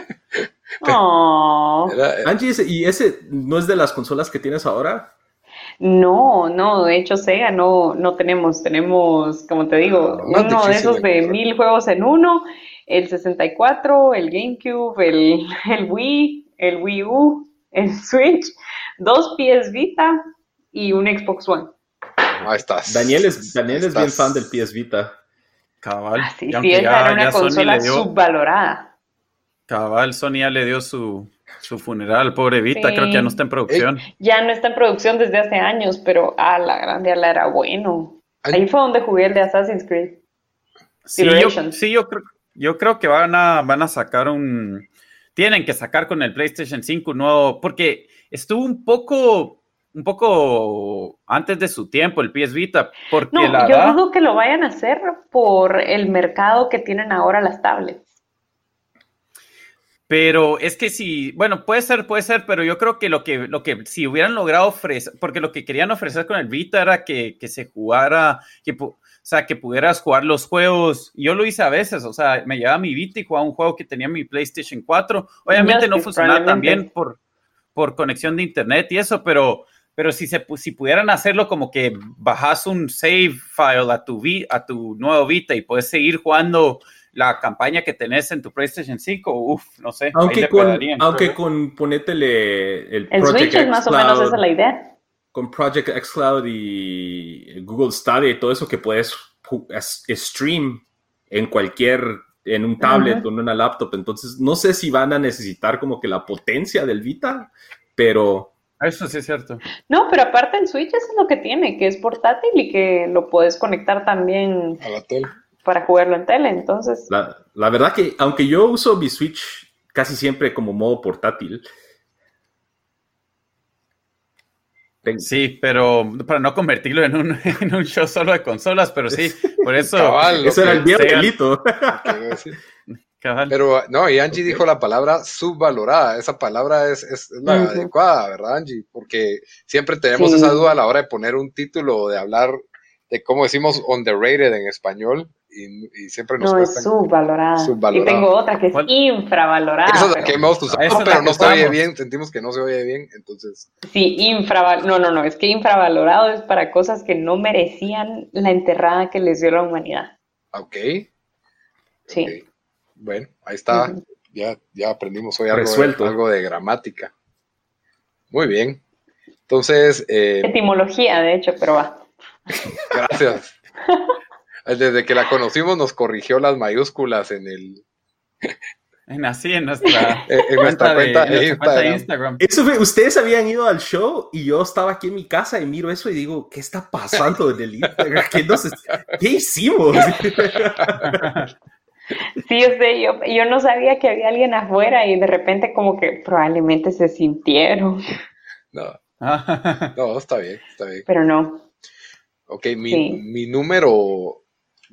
Angie, ¿y ese no es de las consolas que tienes ahora? No, de hecho Sega no tenemos, como te digo, uno de esos de 1000 juegos en uno, el 64, el GameCube, el Wii, el Wii U, el Switch, 2 PS Vita y un Xbox One. Ahí estás. Daniel es bien fan del PS Vita. Cabal. Sí, esa era una consola subvalorada. Cabal, Sony ya le dio su funeral, pobre Vita, sí. Creo que ya no está en producción. Ya no está en producción desde hace años, pero la grande era bueno. Ahí fue donde jugué el de Assassin's Creed. Yo creo que van a sacar tienen que sacar con el PlayStation 5 un nuevo, porque estuvo un poco antes de su tiempo el PS Vita, porque yo dudo que lo vayan a hacer por el mercado que tienen ahora las tablets. Pero es que sí, bueno, puede ser, pero yo creo que lo que si hubieran logrado ofrecer, porque lo que querían ofrecer con el Vita era que se jugara, o sea, que pudieras jugar los juegos. Yo lo hice a veces, o sea, me llevaba mi Vita y jugaba un juego que tenía mi PlayStation 4. Obviamente no funcionaba tan bien por conexión de internet y eso, pero si pudieran hacerlo como que bajas un save file a tu nuevo Vita y puedes seguir jugando la campaña que tenés en tu PlayStation 5, no sé. Aunque con ponétele el Project Switch es más o menos esa la idea. Con Project xCloud y Google Stadia y todo eso que puedes stream en cualquier en un tablet o en una laptop. Entonces, no sé si van a necesitar como que la potencia del Vita, pero... Eso sí es cierto. No, pero aparte el Switch eso es lo que tiene, que es portátil y que lo puedes conectar también A la tele. para jugarlo en tele, entonces... La verdad que, aunque yo uso mi Switch casi siempre como modo portátil... Sí, pero para no convertirlo en un show solo de consolas, pero sí, por eso... Cabal, Eso era el viejo delito. Cabal. Pero no, y Angie dijo la palabra subvalorada. Esa palabra es la adecuada, ¿verdad, Angie? Porque siempre tenemos esa duda a la hora de poner un título, de hablar de cómo decimos underrated en español, y siempre nos cuesta. Es subvalorada. Y tengo otra que es infravalorada. Esa es la que hemos usado, pero no se oye bien, sentimos que no se oye bien, entonces... Sí, no, es que infravalorado es para cosas que no merecían la enterrada que les dio la humanidad. Ok. Sí. Okay. Bueno, ahí está, ya aprendimos hoy algo de gramática. Muy bien. Entonces... Etimología, de hecho, pero va. Gracias. Desde que la conocimos nos corrigió las mayúsculas en nuestra cuenta de Instagram. Eso fue, ustedes habían ido al show y yo estaba aquí en mi casa y miro eso y digo, ¿qué está pasando en el Instagram? ¿Qué hicimos? Sí, yo no sabía que había alguien afuera y de repente como que probablemente se sintieron. No, está bien. Pero no. Ok, mi número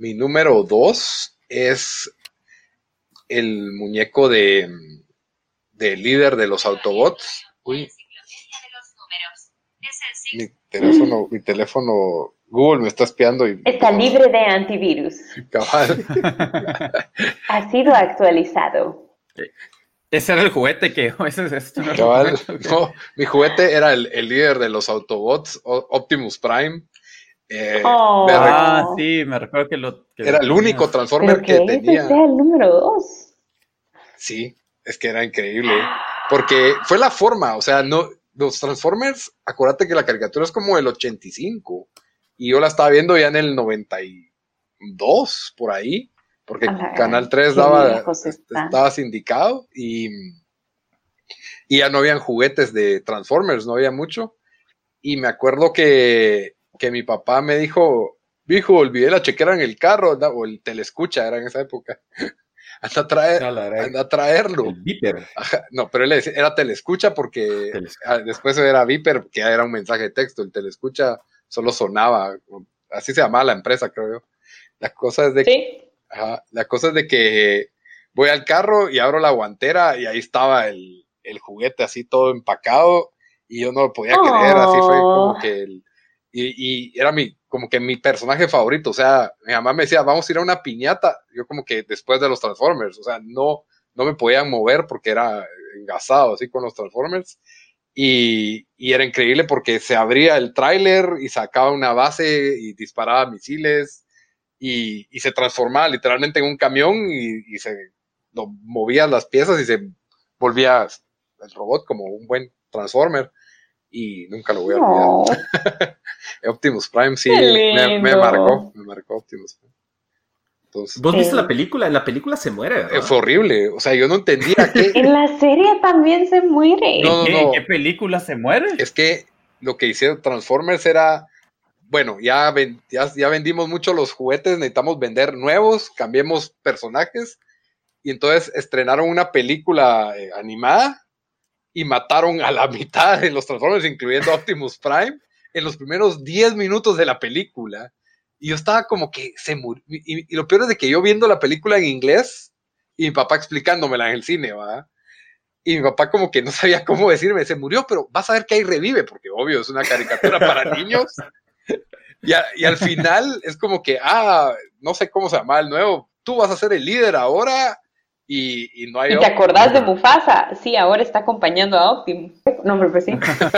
2 es el muñeco de líder de los Autobots. Uy. Mi teléfono, Google me está espiando. Está libre de antivirus. Cabal. Ha sido actualizado. Ese era el juguete que... Ese es esto. Cabal, no, mi juguete era el líder de los Autobots, Optimus Prime. Sí, me recuerdo que era el único Transformer que tenía. Ese es el número 2. Sí, es que era increíble. Porque fue la forma, o sea, no, los Transformers, acuérdate que la caricatura es como del 85. Y yo la estaba viendo ya en el 92, por ahí. Porque Canal 3 estaba sindicado. Y ya no habían juguetes de Transformers, no había mucho. Y me acuerdo que mi papá me dijo, hijo, olvidé la chequera en el carro, o el telescucha era en esa época. anda a traerlo. El Viper. Ajá, no, pero él era telescucha porque después era Viper, que era un mensaje de texto. El telescucha solo sonaba, así se llamaba la empresa, creo yo. La cosa es de que voy al carro y abro la guantera y ahí estaba el juguete así todo empacado y yo no lo podía creer, así fue como que y era como que mi personaje favorito. O sea, mi mamá me decía, vamos a ir a una piñata, yo como que después de los Transformers, o sea, no me podían mover porque era engasado así con los Transformers, y era increíble porque se abría el tráiler y sacaba una base y disparaba misiles y se transformaba literalmente en un camión y se lo movían las piezas y se volvía el robot como un buen Transformer. Y nunca lo voy a olvidar. Optimus Prime, sí, me marcó Optimus Prime. Entonces, ¿vos viste la película? En la película se muere, ¿verdad? Fue horrible, o sea, yo no entendía qué... En la serie también se muere. No. ¿En qué película se muere? Es que lo que hicieron Transformers era, bueno, ya vendimos mucho los juguetes, necesitamos vender nuevos, cambiemos personajes, y entonces estrenaron una película animada, y mataron a la mitad de los Transformers, incluyendo Optimus Prime, en los primeros 10 minutos de la película. Y yo estaba como que se murió. Y lo peor es de que yo viendo la película en inglés y mi papá explicándomela en el cine, ¿verdad? Y mi papá como que no sabía cómo decirme, se murió, pero vas a ver que ahí revive, porque obvio, es una caricatura para niños. Y al final es como que, no sé cómo se llama el nuevo, tú vas a ser el líder ahora. Y no hay. ¿Y te acordás de Mufasa? Sí, ahora está acompañando a Optimus. No, pero pues sí.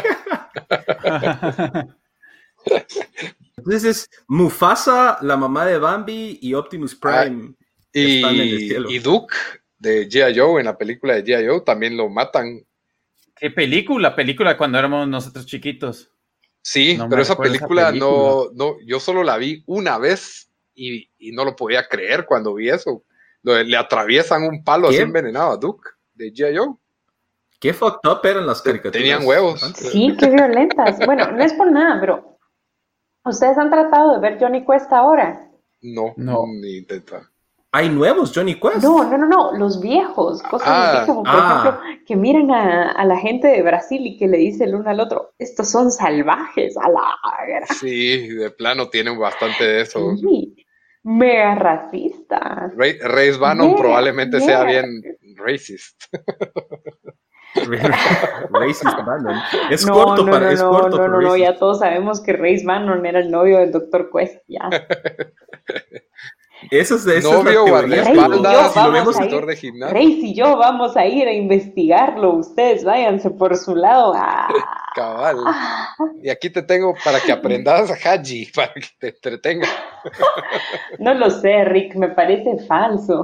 Entonces es Mufasa, la mamá de Bambi y Optimus Prime están en el cielo. Y Duke de G.I. Joe, en la película de G.I. Joe, también lo matan. ¿Qué película? Película cuando éramos nosotros chiquitos. Sí, pero esa película no, yo solo la vi una vez y no lo podía creer cuando vi eso. Le atraviesan un palo así ¿Qué? envenenado a Duke de G.I. Joe. Qué fucked up eran las caricaturas. Tenían huevos. antes. Sí, qué violentas. Bueno, no es por nada, pero ¿ustedes han tratado de ver Johnny Quest ahora? No, No. ni intenta. ¿Hay nuevos Johnny Quest? No, los viejos, cosas así como, por ejemplo, que miran a la gente de Brasil y que le dice el uno al otro, estos son salvajes, a la gran. Sí, de plano tienen bastante de eso. Sí, mega racistas. Race Bannon Yeah, probablemente yeah. sea bien racist. Racist Bannon. Es No, corto no, para no, es no, corto no, para no, racist. ya todos sabemos que Race Bannon era el novio del Dr. Quest, ya. Esa es Novio, la teoría. Rey y yo guardaespaldas, vamos a instructor ir, de gimnasio. Race y yo vamos a ir a investigarlo, ustedes váyanse por su lado. Cabal. Y aquí te tengo para que aprendas a Haji, para que te entretenga. No lo sé, Rick, me parece falso.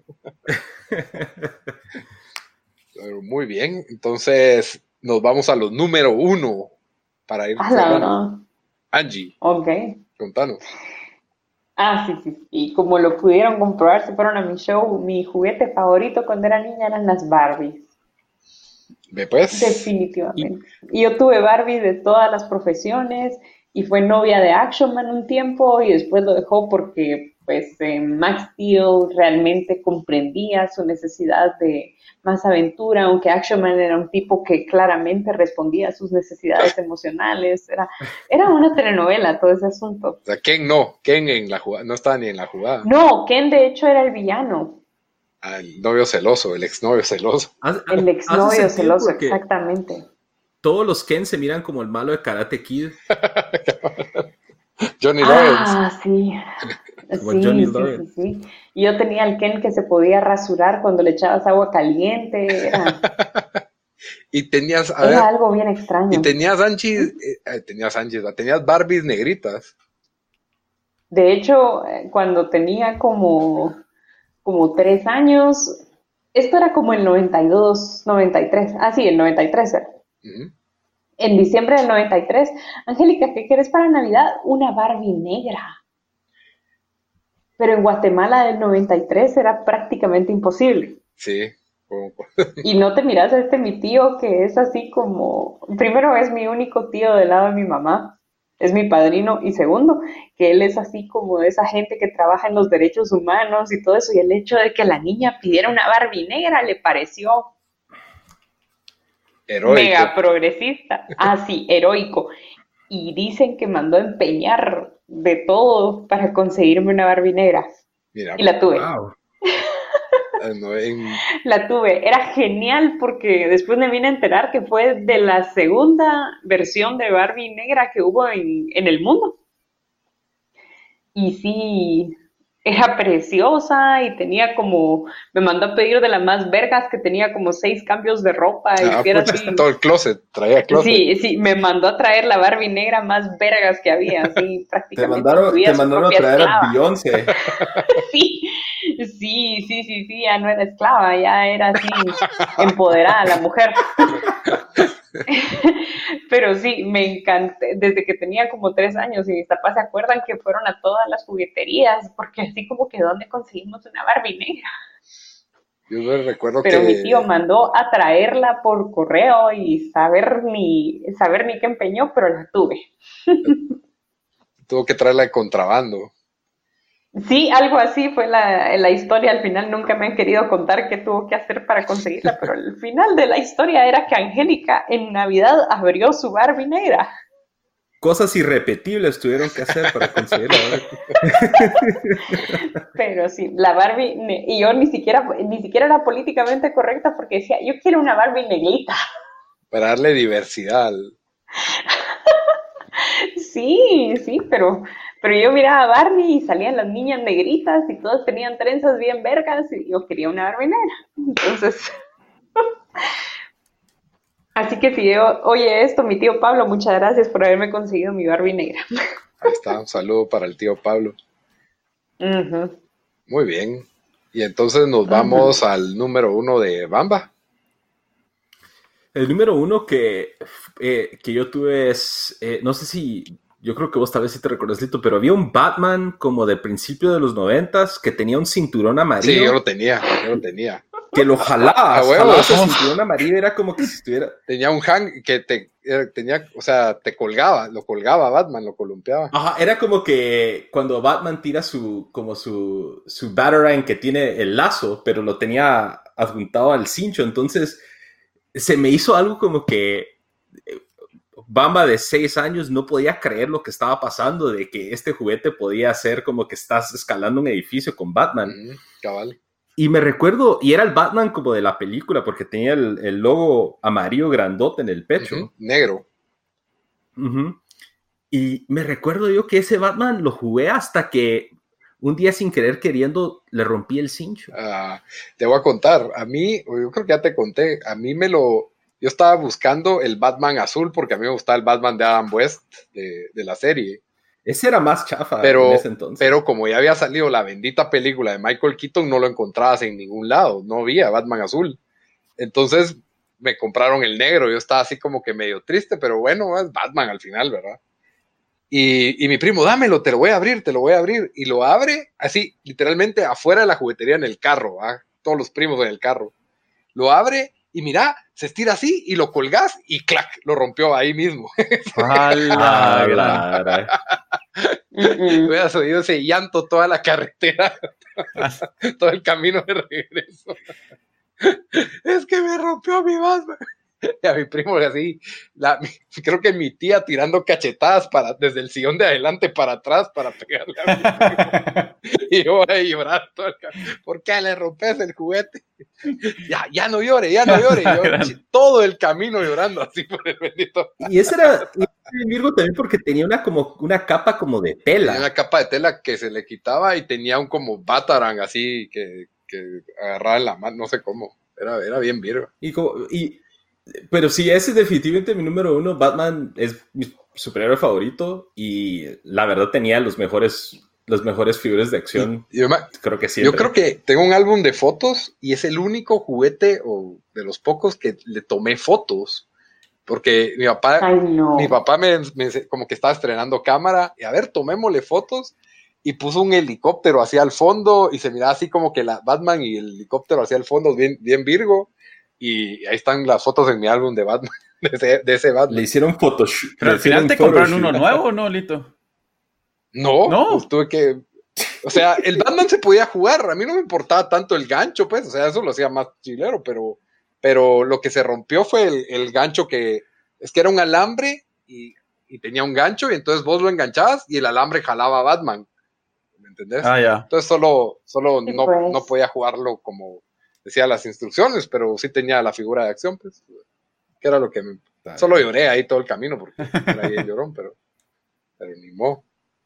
Pero muy bien, entonces nos vamos a los número 1 para ir Ah, cerrando. no. Angie, Ok. contanos. Ah, sí. Y como lo pudieron comprobar, si fueron a mi show, mi juguete favorito cuando era niña eran las Barbies. Ve pues. Definitivamente. Y yo tuve Barbie de todas las profesiones y fue novia de Action Man un tiempo y después lo dejó porque pues Max Steel realmente comprendía su necesidad de más aventura, aunque Action Man era un tipo que claramente respondía a sus necesidades emocionales. Era una telenovela todo ese asunto. O sea, Ken no, Ken en la jugada, no estaba ni en la jugada. No, Ken de hecho era el villano. El novio celoso, el exnovio celoso. El exnovio Hace sentido celoso, porque exactamente. todos los Ken se miran como el malo de Karate Kid. Johnny Lawrence. Ah, sí. Como Sí, Johnny sí, Lawrence. sí. Y yo tenía el Ken que se podía rasurar cuando le echabas agua caliente. Y tenías, a Era ver, algo bien extraño. y tenías tenías Barbies negritas. De hecho, cuando tenía como 3 años, esto era como el 92, 93. Ah, sí, el 93 era. Ujú. En diciembre del 93, Angélica, ¿qué quieres para Navidad? Una Barbie negra. Pero en Guatemala del 93 era prácticamente imposible. Sí. Y no te miras a mi tío que es así como, primero es mi único tío del lado de mi mamá, es mi padrino, y segundo, que él es así como de esa gente que trabaja en los derechos humanos y todo eso, y el hecho de que la niña pidiera una Barbie negra le pareció Heroico. mega progresista. Ah, sí, heroico. Y dicen que mandó a empeñar de todo para conseguirme una Barbie negra. Mira, Y la tuve. Wow. no, en- La tuve. Era genial porque después me vine a enterar que fue de la segunda versión de Barbie negra que hubo en el mundo. Y sí, era preciosa y tenía como, me mandó a pedir de las más vergas que tenía como 6 cambios de ropa y que era puta, así. todo el closet, traía closet. Sí, me mandó a traer la Barbie negra más vergas que había, así Te prácticamente. mandaron incluía su a propia traer a esclava. Beyoncé. Sí, ya no era esclava, ya era así empoderada la mujer. Pero sí, me encanté, desde que tenía como 3 años y mis papás se acuerdan que fueron a todas las jugueterías, porque así como que ¿dónde conseguimos una Barbie negra? Yo me recuerdo Pero que mi tío mandó a traerla por correo y saber ni qué empeñó, pero la tuve. tuvo que traerla de contrabando. Sí, algo así fue la historia. Al final nunca me han querido contar qué tuvo que hacer para conseguirla, pero el final de la historia era que Angélica en Navidad abrió su Barbie negra. Cosas irrepetibles tuvieron que hacer para conseguirla. Pero sí, la Barbie, y yo ni siquiera era políticamente correcta porque decía, yo quiero una Barbie negrita. Para darle diversidad. Sí, pero yo miraba a Barbie y salían las niñas negritas y todas tenían trenzas bien vergas y yo quería una Barbie negra. Entonces, así que si oye esto, mi tío Pablo, muchas gracias por haberme conseguido mi Barbie negra. Ahí está, un saludo para el tío Pablo. Uh-huh. Muy bien. Y entonces nos vamos al número 1 de Bamba. El número 1 que yo tuve es, no sé si yo creo que vos tal vez sí te recuerdas, Lito, pero había un Batman como del principio de los 90s que tenía un cinturón amarillo. Sí, yo lo tenía. Que lo jalaba, jalabas el cinturón amarillo, era como que si estuviera... Tenía un hang que te colgaba, lo colgaba Batman, lo columpiaba. Ajá, era como que cuando Batman tira su Batarang que tiene el lazo, pero lo tenía adjuntado al cincho, entonces se me hizo algo como que Bamba de 6 años no podía creer lo que estaba pasando, de que este juguete podía ser como que estás escalando un edificio con Batman. Cabal. Y me recuerdo, y era el Batman como de la película, porque tenía el logo amarillo grandote en el pecho. Negro. Y me recuerdo yo que ese Batman lo jugué hasta que un día sin querer queriendo le rompí el cincho. Te voy a contar, a mí, yo creo que ya te conté, yo estaba buscando el Batman azul porque a mí me gustaba el Batman de Adam West de la serie. Ese era más chafa en ese entonces. Pero como ya había salido la bendita película de Michael Keaton, no lo encontrabas en ningún lado, no había Batman azul. Entonces me compraron el negro, yo estaba así como que medio triste, pero bueno, es Batman al final, ¿verdad? Y mi primo, dámelo, te lo voy a abrir. Y lo abre así, literalmente afuera de la juguetería en el carro, ¿verdad? Todos los primos en el carro. Lo abre y mira, se estira así y lo colgás y clac, lo rompió ahí mismo. Hubieras oído ese llanto toda la carretera, todo el camino de regreso. Es que me rompió mi Batman. Y a mi primo así, creo que mi tía tirando cachetadas desde el sillón de adelante para atrás para pegarle a mi primo. Y yo voy a llorar todo el camino. ¿Por qué le rompes el juguete? Ya no llore. Y yo todo el camino llorando así por el bendito. Y ese era Virgo también porque tenía una capa como de tela. Tenía una capa de tela que se le quitaba y tenía un como Batarang así que agarraba en la mano, no sé cómo. Era bien Virgo. Pero sí, ese es definitivamente mi número 1. Batman es mi superhéroe favorito y la verdad tenía los mejores figuras de acción. Creo que siempre. Yo creo que tengo un álbum de fotos y es el único juguete o de los pocos que le tomé fotos. Porque mi papá me como que estaba estrenando cámara y a ver, tomémosle fotos y puso un helicóptero hacia el fondo y se miraba así como que la Batman y el helicóptero hacia el fondo bien, bien Virgo. Y ahí están las fotos en mi álbum de Batman, de ese Batman. Le hicieron Photoshop. Pero al final te compraron uno nuevo, ¿no, Lito? No. Pues tuve que... O sea, el Batman se podía jugar. A mí no me importaba tanto el gancho, pues. O sea, eso lo hacía más chilero, pero lo que se rompió fue el gancho es que era un alambre y tenía un gancho y entonces vos lo enganchabas y el alambre jalaba a Batman. ¿Me entendés? Ya. Entonces solo no podía jugarlo como... decía las instrucciones, pero sí tenía la figura de acción, pues, que era lo que solo lloré ahí todo el camino, porque era bien llorón, pero ni modo.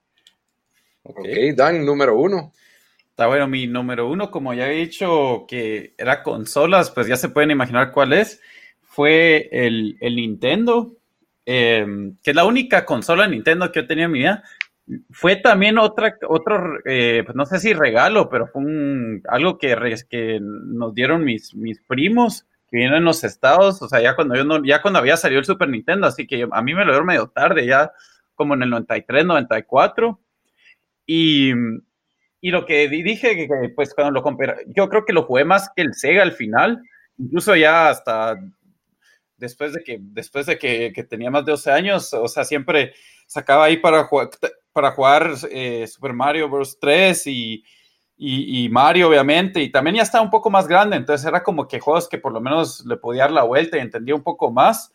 Ok, Dan, número 1. Está bueno, mi número 1, como ya he dicho que era consolas, pues ya se pueden imaginar cuál es, fue el Nintendo, que es la única consola de Nintendo que yo tenía en mi vida. Fue también otro, pues no sé si regalo, pero fue algo que nos dieron mis primos que vienen en los estados, o sea, ya cuando había salido el Super Nintendo, así que a mí me lo dieron medio tarde, ya como en el 93, 94, y lo que dije, que pues cuando lo compré, yo creo que lo jugué más que el Sega al final, incluso ya hasta después de que tenía más de 12 años, o sea, siempre sacaba ahí para jugar Super Mario Bros. 3 y Mario, obviamente, y también ya estaba un poco más grande, entonces era como que juegos que por lo menos le podía dar la vuelta y entendía un poco más.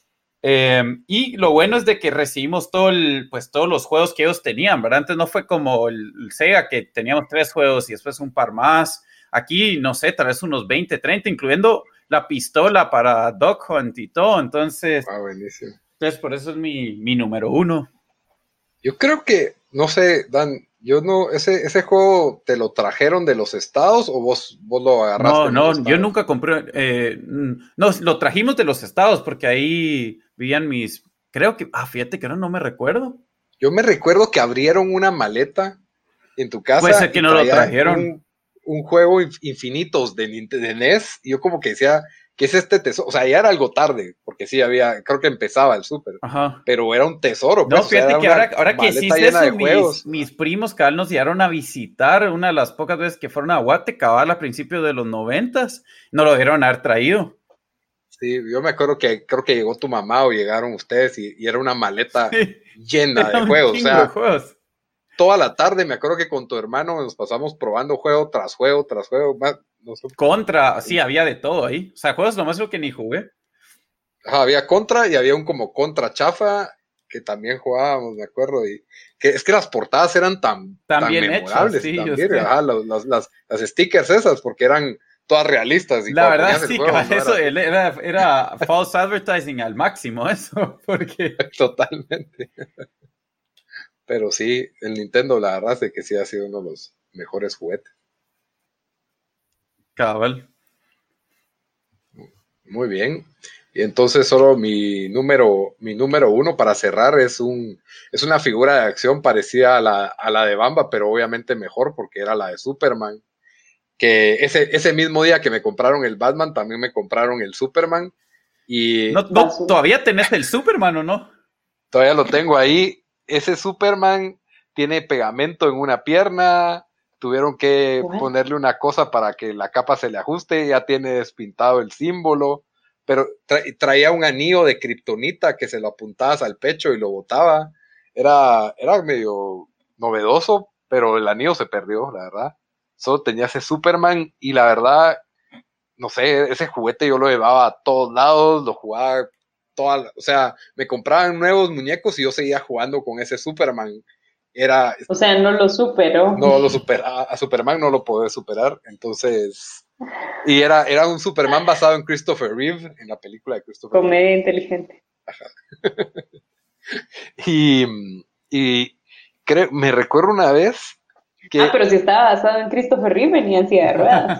Y lo bueno es de que recibimos todos los juegos que ellos tenían, ¿verdad? Antes no fue como el Sega, que teníamos 3 juegos y después un par más. Aquí, no sé, tal vez unos 20, 30, incluyendo la pistola para Duck Hunt y todo, entonces... buenísimo. Entonces, por eso es mi número 1. Yo creo que, no sé, Dan, ese juego te lo trajeron de los estados o vos lo agarraste. No, yo nunca compré, no, lo trajimos de los estados porque ahí vivían creo que, fíjate que no me recuerdo. Yo me recuerdo que abrieron una maleta en tu casa. Puede ser que no lo trajeron. Un juego infinitos de NES, y yo como que decía, ¿qué es este tesoro? O sea, ya era algo tarde, porque sí había, creo que empezaba el súper, Ajá. pero era un tesoro. No, Pues, o sea, fíjate era que una ahora que maleta hiciste llena de eso, juegos. mis primos cabal nos llegaron a visitar una de las pocas veces que fueron a Guate, cabal a principios de los 90s, no lo dieron haber traído. Sí, yo me acuerdo que creo que llegó tu mamá o llegaron ustedes y era una maleta llena Era de un juegos. O chingo sea, de juegos. toda la tarde me acuerdo que con tu hermano nos pasamos probando juego tras juego tras juego. No sé. Contra, sí, había de todo ahí. O sea, juegos nomás lo que ni jugué. Ajá, había contra y había un como contra chafa que también jugábamos, me acuerdo. Y que es que las portadas eran tan Bien memorables hechas, sí, también. Ajá, las stickers esas, porque eran todas realistas. Y la cuando verdad, ponías el sí, juego, cabal, no eso era era false advertising al máximo, eso, porque... totalmente. Pero sí, el Nintendo, la verdad es de que sí ha sido uno de los mejores juguetes. Cabal. Muy bien. Y entonces solo mi número 1 para cerrar es una figura de acción parecida a la de Bamba, pero obviamente mejor porque era la de Superman. Que ese mismo día que me compraron el Batman, también me compraron el Superman. Y No, ¿todavía tenés el Superman o no? todavía lo tengo ahí. Ese Superman tiene pegamento en una pierna. Tuvieron que ponerle una cosa para que la capa se le ajuste. Ya tiene despintado el símbolo. Pero traía un anillo de kriptonita que se lo apuntabas al pecho y lo botaba. Era medio novedoso, pero el anillo se perdió, la verdad. Solo tenía ese Superman y la verdad, no sé, ese juguete yo lo llevaba a todos lados, lo jugaba o sea, me compraban nuevos muñecos y yo seguía jugando con ese Superman. O sea, no lo superó. No lo superaba, a Superman no lo podía superar, entonces... Y era un Superman basado en Christopher Reeve, en la película de Christopher Reeve. Comedia inteligente. Ajá. y me recuerdo una vez que... pero si estaba basado en Christopher Reeve, venía en silla de ruedas.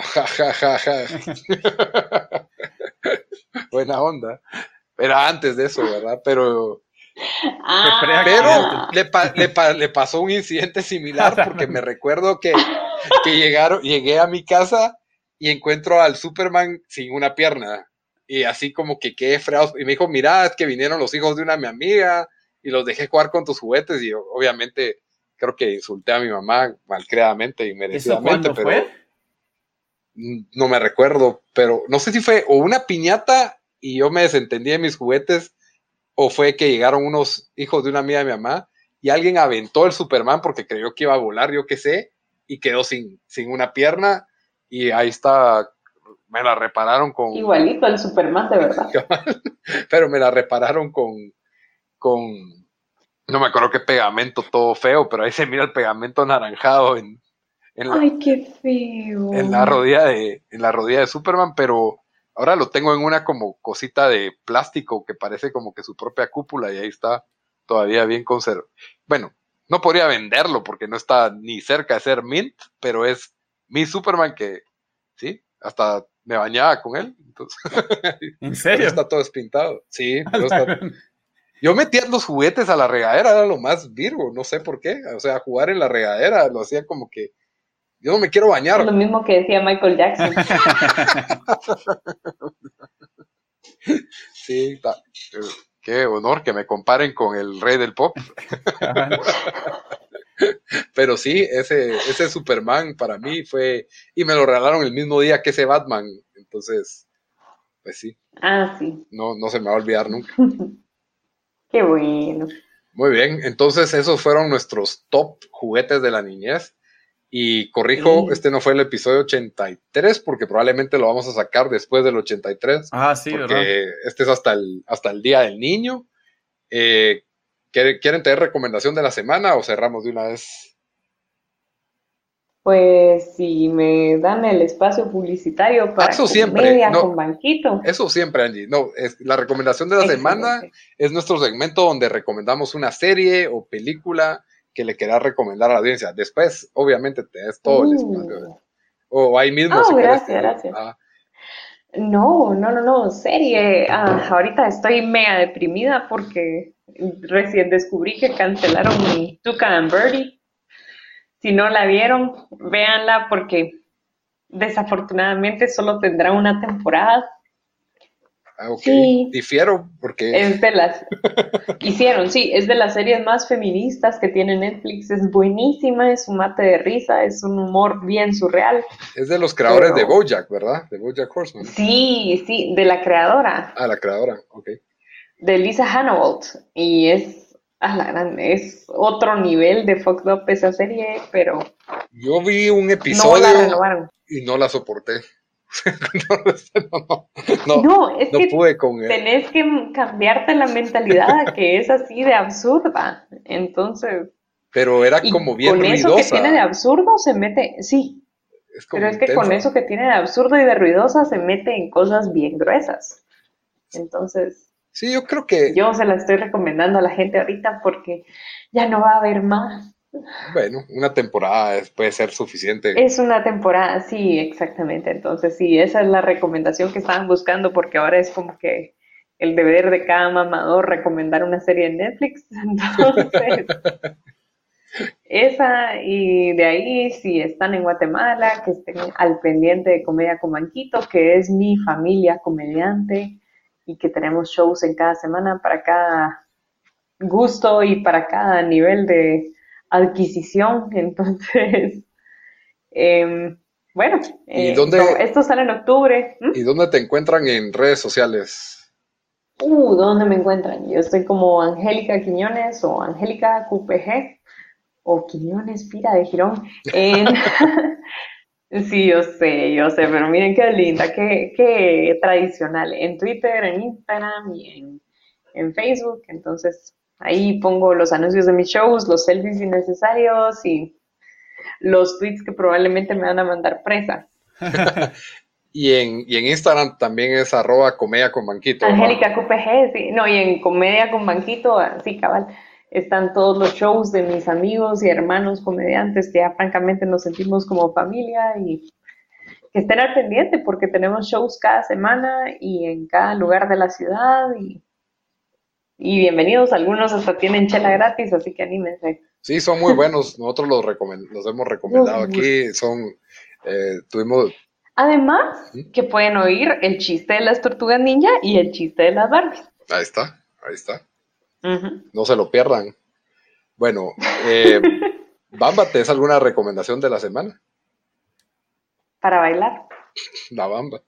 Buena onda. Era antes de eso, ¿verdad? Pero le pasó un incidente similar porque me recuerdo que llegué a mi casa y encuentro al Superman sin una pierna y así como que quedé freado y me dijo, mira, es que vinieron los hijos de mi amiga y los dejé jugar con tus juguetes y yo, obviamente creo que insulté a mi mamá malcriadamente y merecidamente. ¿Eso cuándo fue? No me recuerdo, pero no sé si fue o una piñata y yo me desentendí de mis juguetes o fue que llegaron unos hijos de una amiga de mi mamá y alguien aventó el Superman porque creyó que iba a volar, yo qué sé, y quedó sin una pierna y ahí está, me la repararon con... Igualito al Superman, de verdad. Pero me la repararon con no me acuerdo qué pegamento todo feo, pero ahí se mira el pegamento anaranjado ¡ay, qué feo! En la rodilla de Superman, pero ahora lo tengo en una como cosita de plástico que parece como que su propia cúpula y ahí está todavía bien conservado. Bueno, no podría venderlo porque no está ni cerca de ser mint, pero es mi Superman que, sí, hasta me bañaba con él. Entonces, ¿en serio? Está todo despintado. Sí, yo metía los juguetes a la regadera, era lo más virgo, no sé por qué. O sea, jugar en la regadera lo hacía como que yo no me quiero bañar. Es lo mismo que decía Michael Jackson. Sí, qué honor que me comparen con el rey del pop. Pero sí, ese Superman para mí fue, y me lo regalaron el mismo día que ese Batman, entonces, pues sí. Sí. No se me va a olvidar nunca. Qué bueno. Muy bien, entonces esos fueron nuestros top juguetes de la niñez. Y corrijo, este no fue el episodio 83 porque probablemente lo vamos a sacar después del 83. Sí, porque ¿verdad? este es hasta el Día del Niño. ¿Quieren tener recomendación de la semana o cerramos de una vez? Pues si me dan el espacio publicitario para eso comedia no, con banquito. Eso siempre, Angie. No, la recomendación de la semana es nuestro segmento donde recomendamos una serie o película que le quieras recomendar a la audiencia. Después, obviamente, tenés todo el espacio. O ahí mismo. Si gracias. No, serie. Ahorita estoy mega deprimida porque recién descubrí que cancelaron mi Tuca and Birdie. Si no la vieron, véanla porque desafortunadamente solo tendrá una temporada Ok. Sí. Difiero porque... Es de las... es de las series más feministas que tiene Netflix. Es buenísima, es un mate de risa, es un humor bien surreal. Es de los creadores de Pero- BoJack, ¿verdad? De BoJack Horseman. Sí, de la creadora, Ah, la creadora, ok. de Lisa Hannawalt. Y es, a la gran, es otro nivel de fucked up esa serie, pero Yo vi un no la episodio renovaron. y no la soporté. No, No, es no que pude con él. tenés que cambiarte la mentalidad a que es así de absurda. Entonces, Pero era y como bien con eso que ruidosa. tiene de absurdo se mete, sí, Es como pero es que con intensa. eso que tiene de absurdo y de ruidosa se mete en cosas bien gruesas. Entonces, Sí, yo creo que, yo se la estoy recomendando a la gente ahorita porque ya no va a haber más. bueno, una temporada puede ser suficiente. Es una temporada, sí, exactamente. Entonces, sí, esa es la recomendación que estaban buscando porque ahora es como que el deber de cada mamador recomendar una serie en Netflix. Entonces, esa y de ahí, si están en Guatemala, que estén al pendiente de Comedia con Manquito, que es mi familia comediante y que tenemos shows en cada semana para cada gusto y para cada nivel de adquisición. Entonces, bueno, ¿Y dónde, esto sale en octubre. y dónde te encuentran en redes sociales? ¿Dónde me encuentran? Yo estoy como Angélica Quiñones o Angélica QPG o Quiñones Pira de Girón. Sí, yo sé, pero miren qué linda, qué tradicional. En Twitter, en Instagram y en Facebook. Entonces, ahí pongo los anuncios de mis shows, los selfies innecesarios y los tweets que probablemente me van a mandar presa. Y en Instagram también es @comedia con Manquito, ¿verdad? Angélica QPG, sí. No, y en Comedia con Banquito, sí, cabal, están todos los shows de mis amigos y hermanos comediantes que ya francamente nos sentimos como familia y que estén al pendiente porque tenemos shows cada semana y en cada lugar de la ciudad y bienvenidos, algunos hasta tienen chela gratis, así que anímense. Sí, son muy buenos. Nosotros los hemos recomendado aquí. Tuvimos... Además, que pueden oír el chiste de las tortugas ninja y el chiste de las Barbies. Ahí está. Ujú. No se lo pierdan. Bueno, Bamba, ¿tenés alguna recomendación de la semana? Para bailar. La Bamba.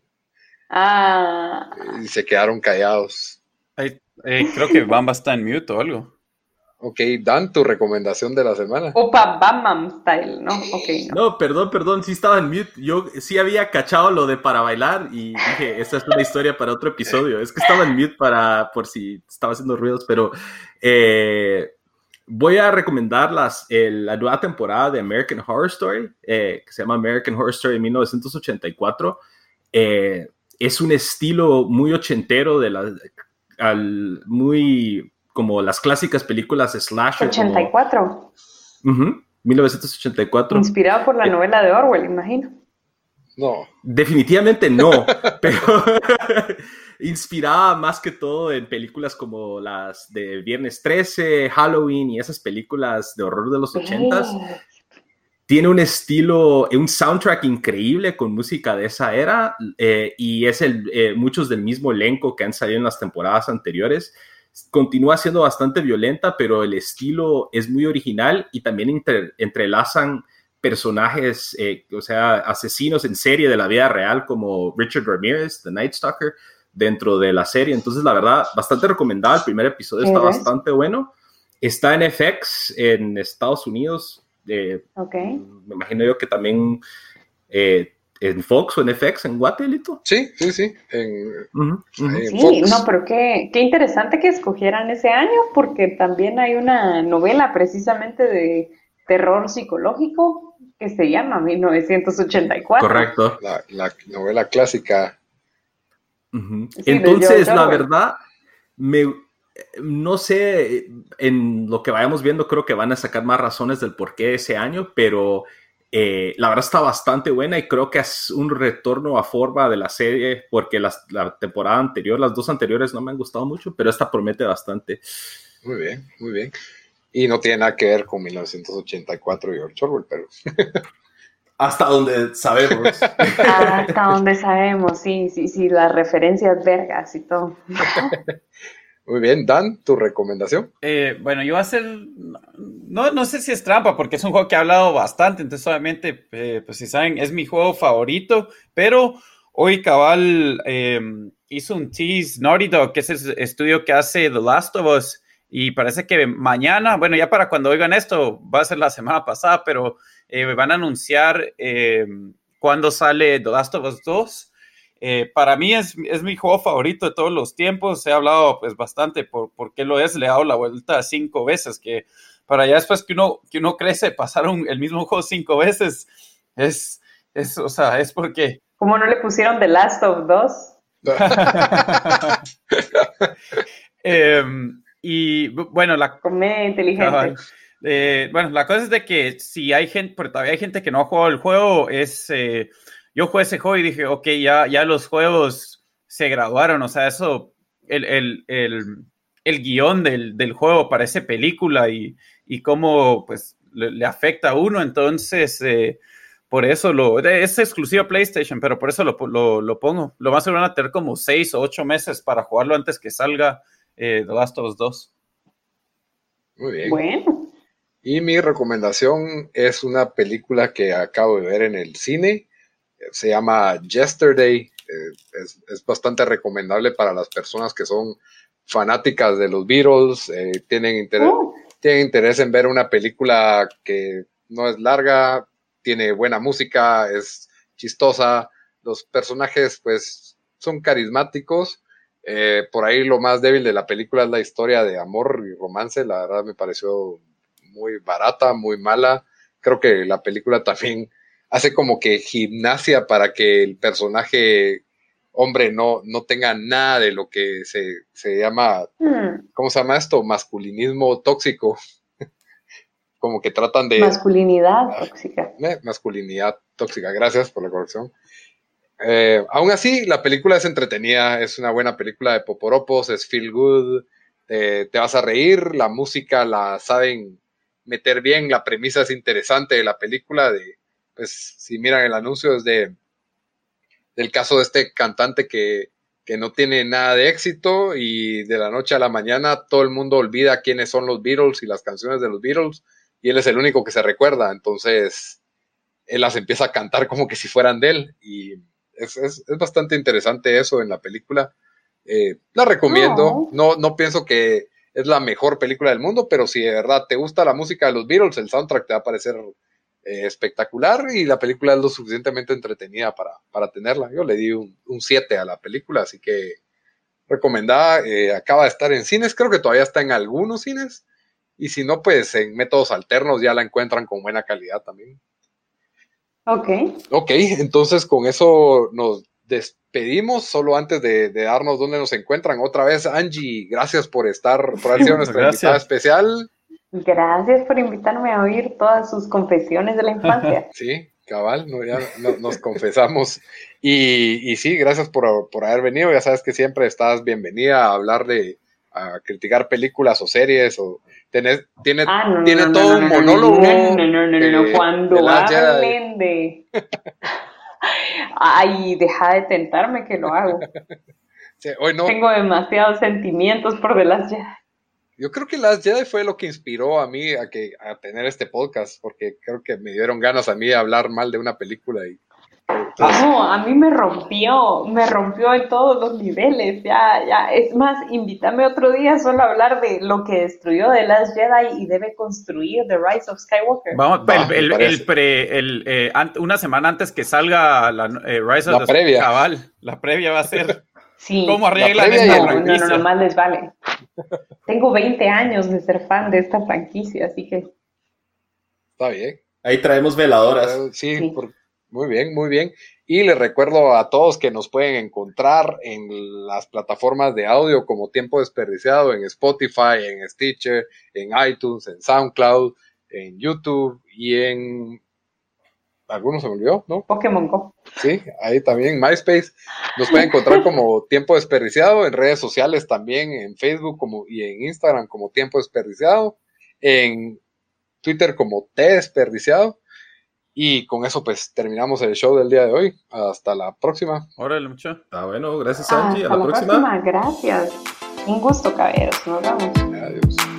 Ah, Y se quedaron callados. Creo que Bamba está en mute o algo. Ok, Dan, tu recomendación de la semana. Opa Bam Style, ¿no? Ok, no. No, perdón, sí estaba en mute. Yo sí había cachado lo de para bailar y dije, esta es una historia para otro episodio. Es que estaba en mute por si estaba haciendo ruidos, pero voy a recomendar la nueva temporada de American Horror Story, que se llama American Horror Story 1984. Es un estilo muy ochentero, muy como las clásicas películas slasher. 84. 1984. Inspirado por la novela de Orwell, imagino. No. Definitivamente no, pero inspirada más que todo en películas como las de Viernes 13, Halloween y esas películas de horror de los 80s. Tiene un estilo, un soundtrack increíble con música de esa era y es muchos del mismo elenco que han salido en las temporadas anteriores. Continúa siendo bastante violenta, pero el estilo es muy original y también entrelazan personajes, o sea, asesinos en serie de la vida real como Richard Ramirez, The Night Stalker, dentro de la serie. Entonces, la verdad, bastante recomendada. El primer episodio está bastante bueno. Está en FX en Estados Unidos. Okay. Me imagino yo que también en Fox o en FX, en Guatelito. Sí. En Sí, Fox. no, pero qué interesante que escogieran ese año, porque también hay una novela precisamente de terror psicológico que se llama 1984. Correcto. La novela clásica. Sí, entonces, la Orwell. verdad, no sé, en lo que vayamos viendo, creo que van a sacar más razones del por qué ese año, pero la verdad está bastante buena y creo que es un retorno a forma de la serie, porque la temporada anterior, las dos anteriores no me han gustado mucho, pero esta promete bastante. Muy bien. Y no tiene nada que ver con 1984 y George Orwell, pero... Hasta donde sabemos. Hasta donde sabemos, sí, las referencias vergas y todo. Muy bien, Dan, ¿tu recomendación? Bueno, yo voy a hacer, no sé si es trampa, porque es un juego que he hablado bastante, entonces obviamente, pues si saben, es mi juego favorito, pero hoy cabal hizo un tease Naughty Dog, que es el estudio que hace The Last of Us, y parece que mañana, bueno, ya para cuando oigan esto, va a ser la semana pasada, pero van a anunciar cuándo sale The Last of Us 2. Para mí es mi juego favorito de todos los tiempos. He hablado pues bastante por qué lo es. Le he dado la vuelta 5 veces, que para ya después que uno crece, pasar el mismo juego 5 veces o sea, es porque... ¿Cómo no le pusieron The Last of Us? Y bueno, la comedia inteligente. Bueno, la cosa es de que si hay gente, porque todavía hay gente que no ha jugado el juego, yo jugué ese juego y dije, ok, ya los juegos se graduaron, o sea, eso, el guión del juego parece película y cómo pues le afecta a uno, entonces por eso es exclusivo a PlayStation, pero por eso lo pongo. Lo más seguro van a tener como 6 o 8 meses para jugarlo antes que salga The Last of Us 2. Muy bien. Bueno. Y mi recomendación es una película que acabo de ver en el cine. Se llama Yesterday. Es bastante recomendable para las personas que son fanáticas de los Beatles. Tienen interés en ver una película que no es larga, tiene buena música, es chistosa. Los personajes pues son carismáticos. Por ahí lo más débil de la película es la historia de amor y romance. La verdad me pareció muy barata, muy mala. Creo que la película también hace como que gimnasia para que el personaje hombre no tenga nada de lo que se llama, ¿cómo se llama esto? Masculinismo tóxico. Como que tratan de... Masculinidad tóxica. Masculinidad tóxica, gracias por la corrección. Aún así, la película es entretenida, es una buena película de poporopos, es feel good, te vas a reír, la música la saben meter bien, la premisa es interesante de la película, pues si miran el anuncio es del caso de este cantante que no tiene nada de éxito y de la noche a la mañana todo el mundo olvida quiénes son los Beatles y las canciones de los Beatles y él es el único que se recuerda, entonces él las empieza a cantar como que si fueran de él y es bastante interesante eso en la película. La recomiendo, no pienso que es la mejor película del mundo, pero si de verdad te gusta la música de los Beatles, el soundtrack te va a parecer espectacular y la película es lo suficientemente entretenida para tenerla. Yo le di un 7 a la película, así que recomendada. Acaba de estar en cines, creo que todavía está en algunos cines y si no, pues en métodos alternos ya la encuentran con buena calidad también. Ok, entonces con eso nos despedimos, solo antes de darnos dónde nos encuentran. Otra vez, Angie, gracias por haber sido nuestra invitada especial. Gracias por invitarme a oír todas sus confesiones de la infancia. Sí, cabal, ya nos confesamos. Y sí, gracias por haber venido. Ya sabes que siempre estás bienvenida a hablar a criticar películas o series o tiene todo un monólogo. No, cuando hablen de... Ay, deja de tentarme que lo hago. Sí, hoy no. Tengo demasiados sentimientos por The Last Jedi. Yo creo que Last Jedi fue lo que inspiró a mí a tener este podcast, porque creo que me dieron ganas a mí de hablar mal de una película y... No, a mí me rompió en todos los niveles, ya, es más, invítame otro día solo a hablar de lo que destruyó The Last Jedi y debe construir The Rise of Skywalker. Vamos, una semana antes que salga la Rise of Skywalker, cabal, la previa va a ser sí, cómo arreglan esta franquicia. No, más les vale. Tengo 20 años de ser fan de esta franquicia, así que... Está bien. Ahí traemos veladoras. Sí. Muy bien, muy bien. Y les recuerdo a todos que nos pueden encontrar en las plataformas de audio como Tiempo Desperdiciado, en Spotify, en Stitcher, en iTunes, en SoundCloud, en YouTube y en... ¿Alguno se me olvidó? ¿No? Pokémon Go. Sí, ahí también, MySpace. Nos pueden encontrar como Tiempo Desperdiciado, en redes sociales también, en Facebook y en Instagram como Tiempo Desperdiciado, en Twitter como T Desperdiciado. Y con eso pues terminamos el show del día de hoy. Hasta la próxima. Órale, mucho. Está bueno, gracias Angie, a Hasta la próxima. Gracias. Un gusto, caballeros. Nos vemos. Adiós.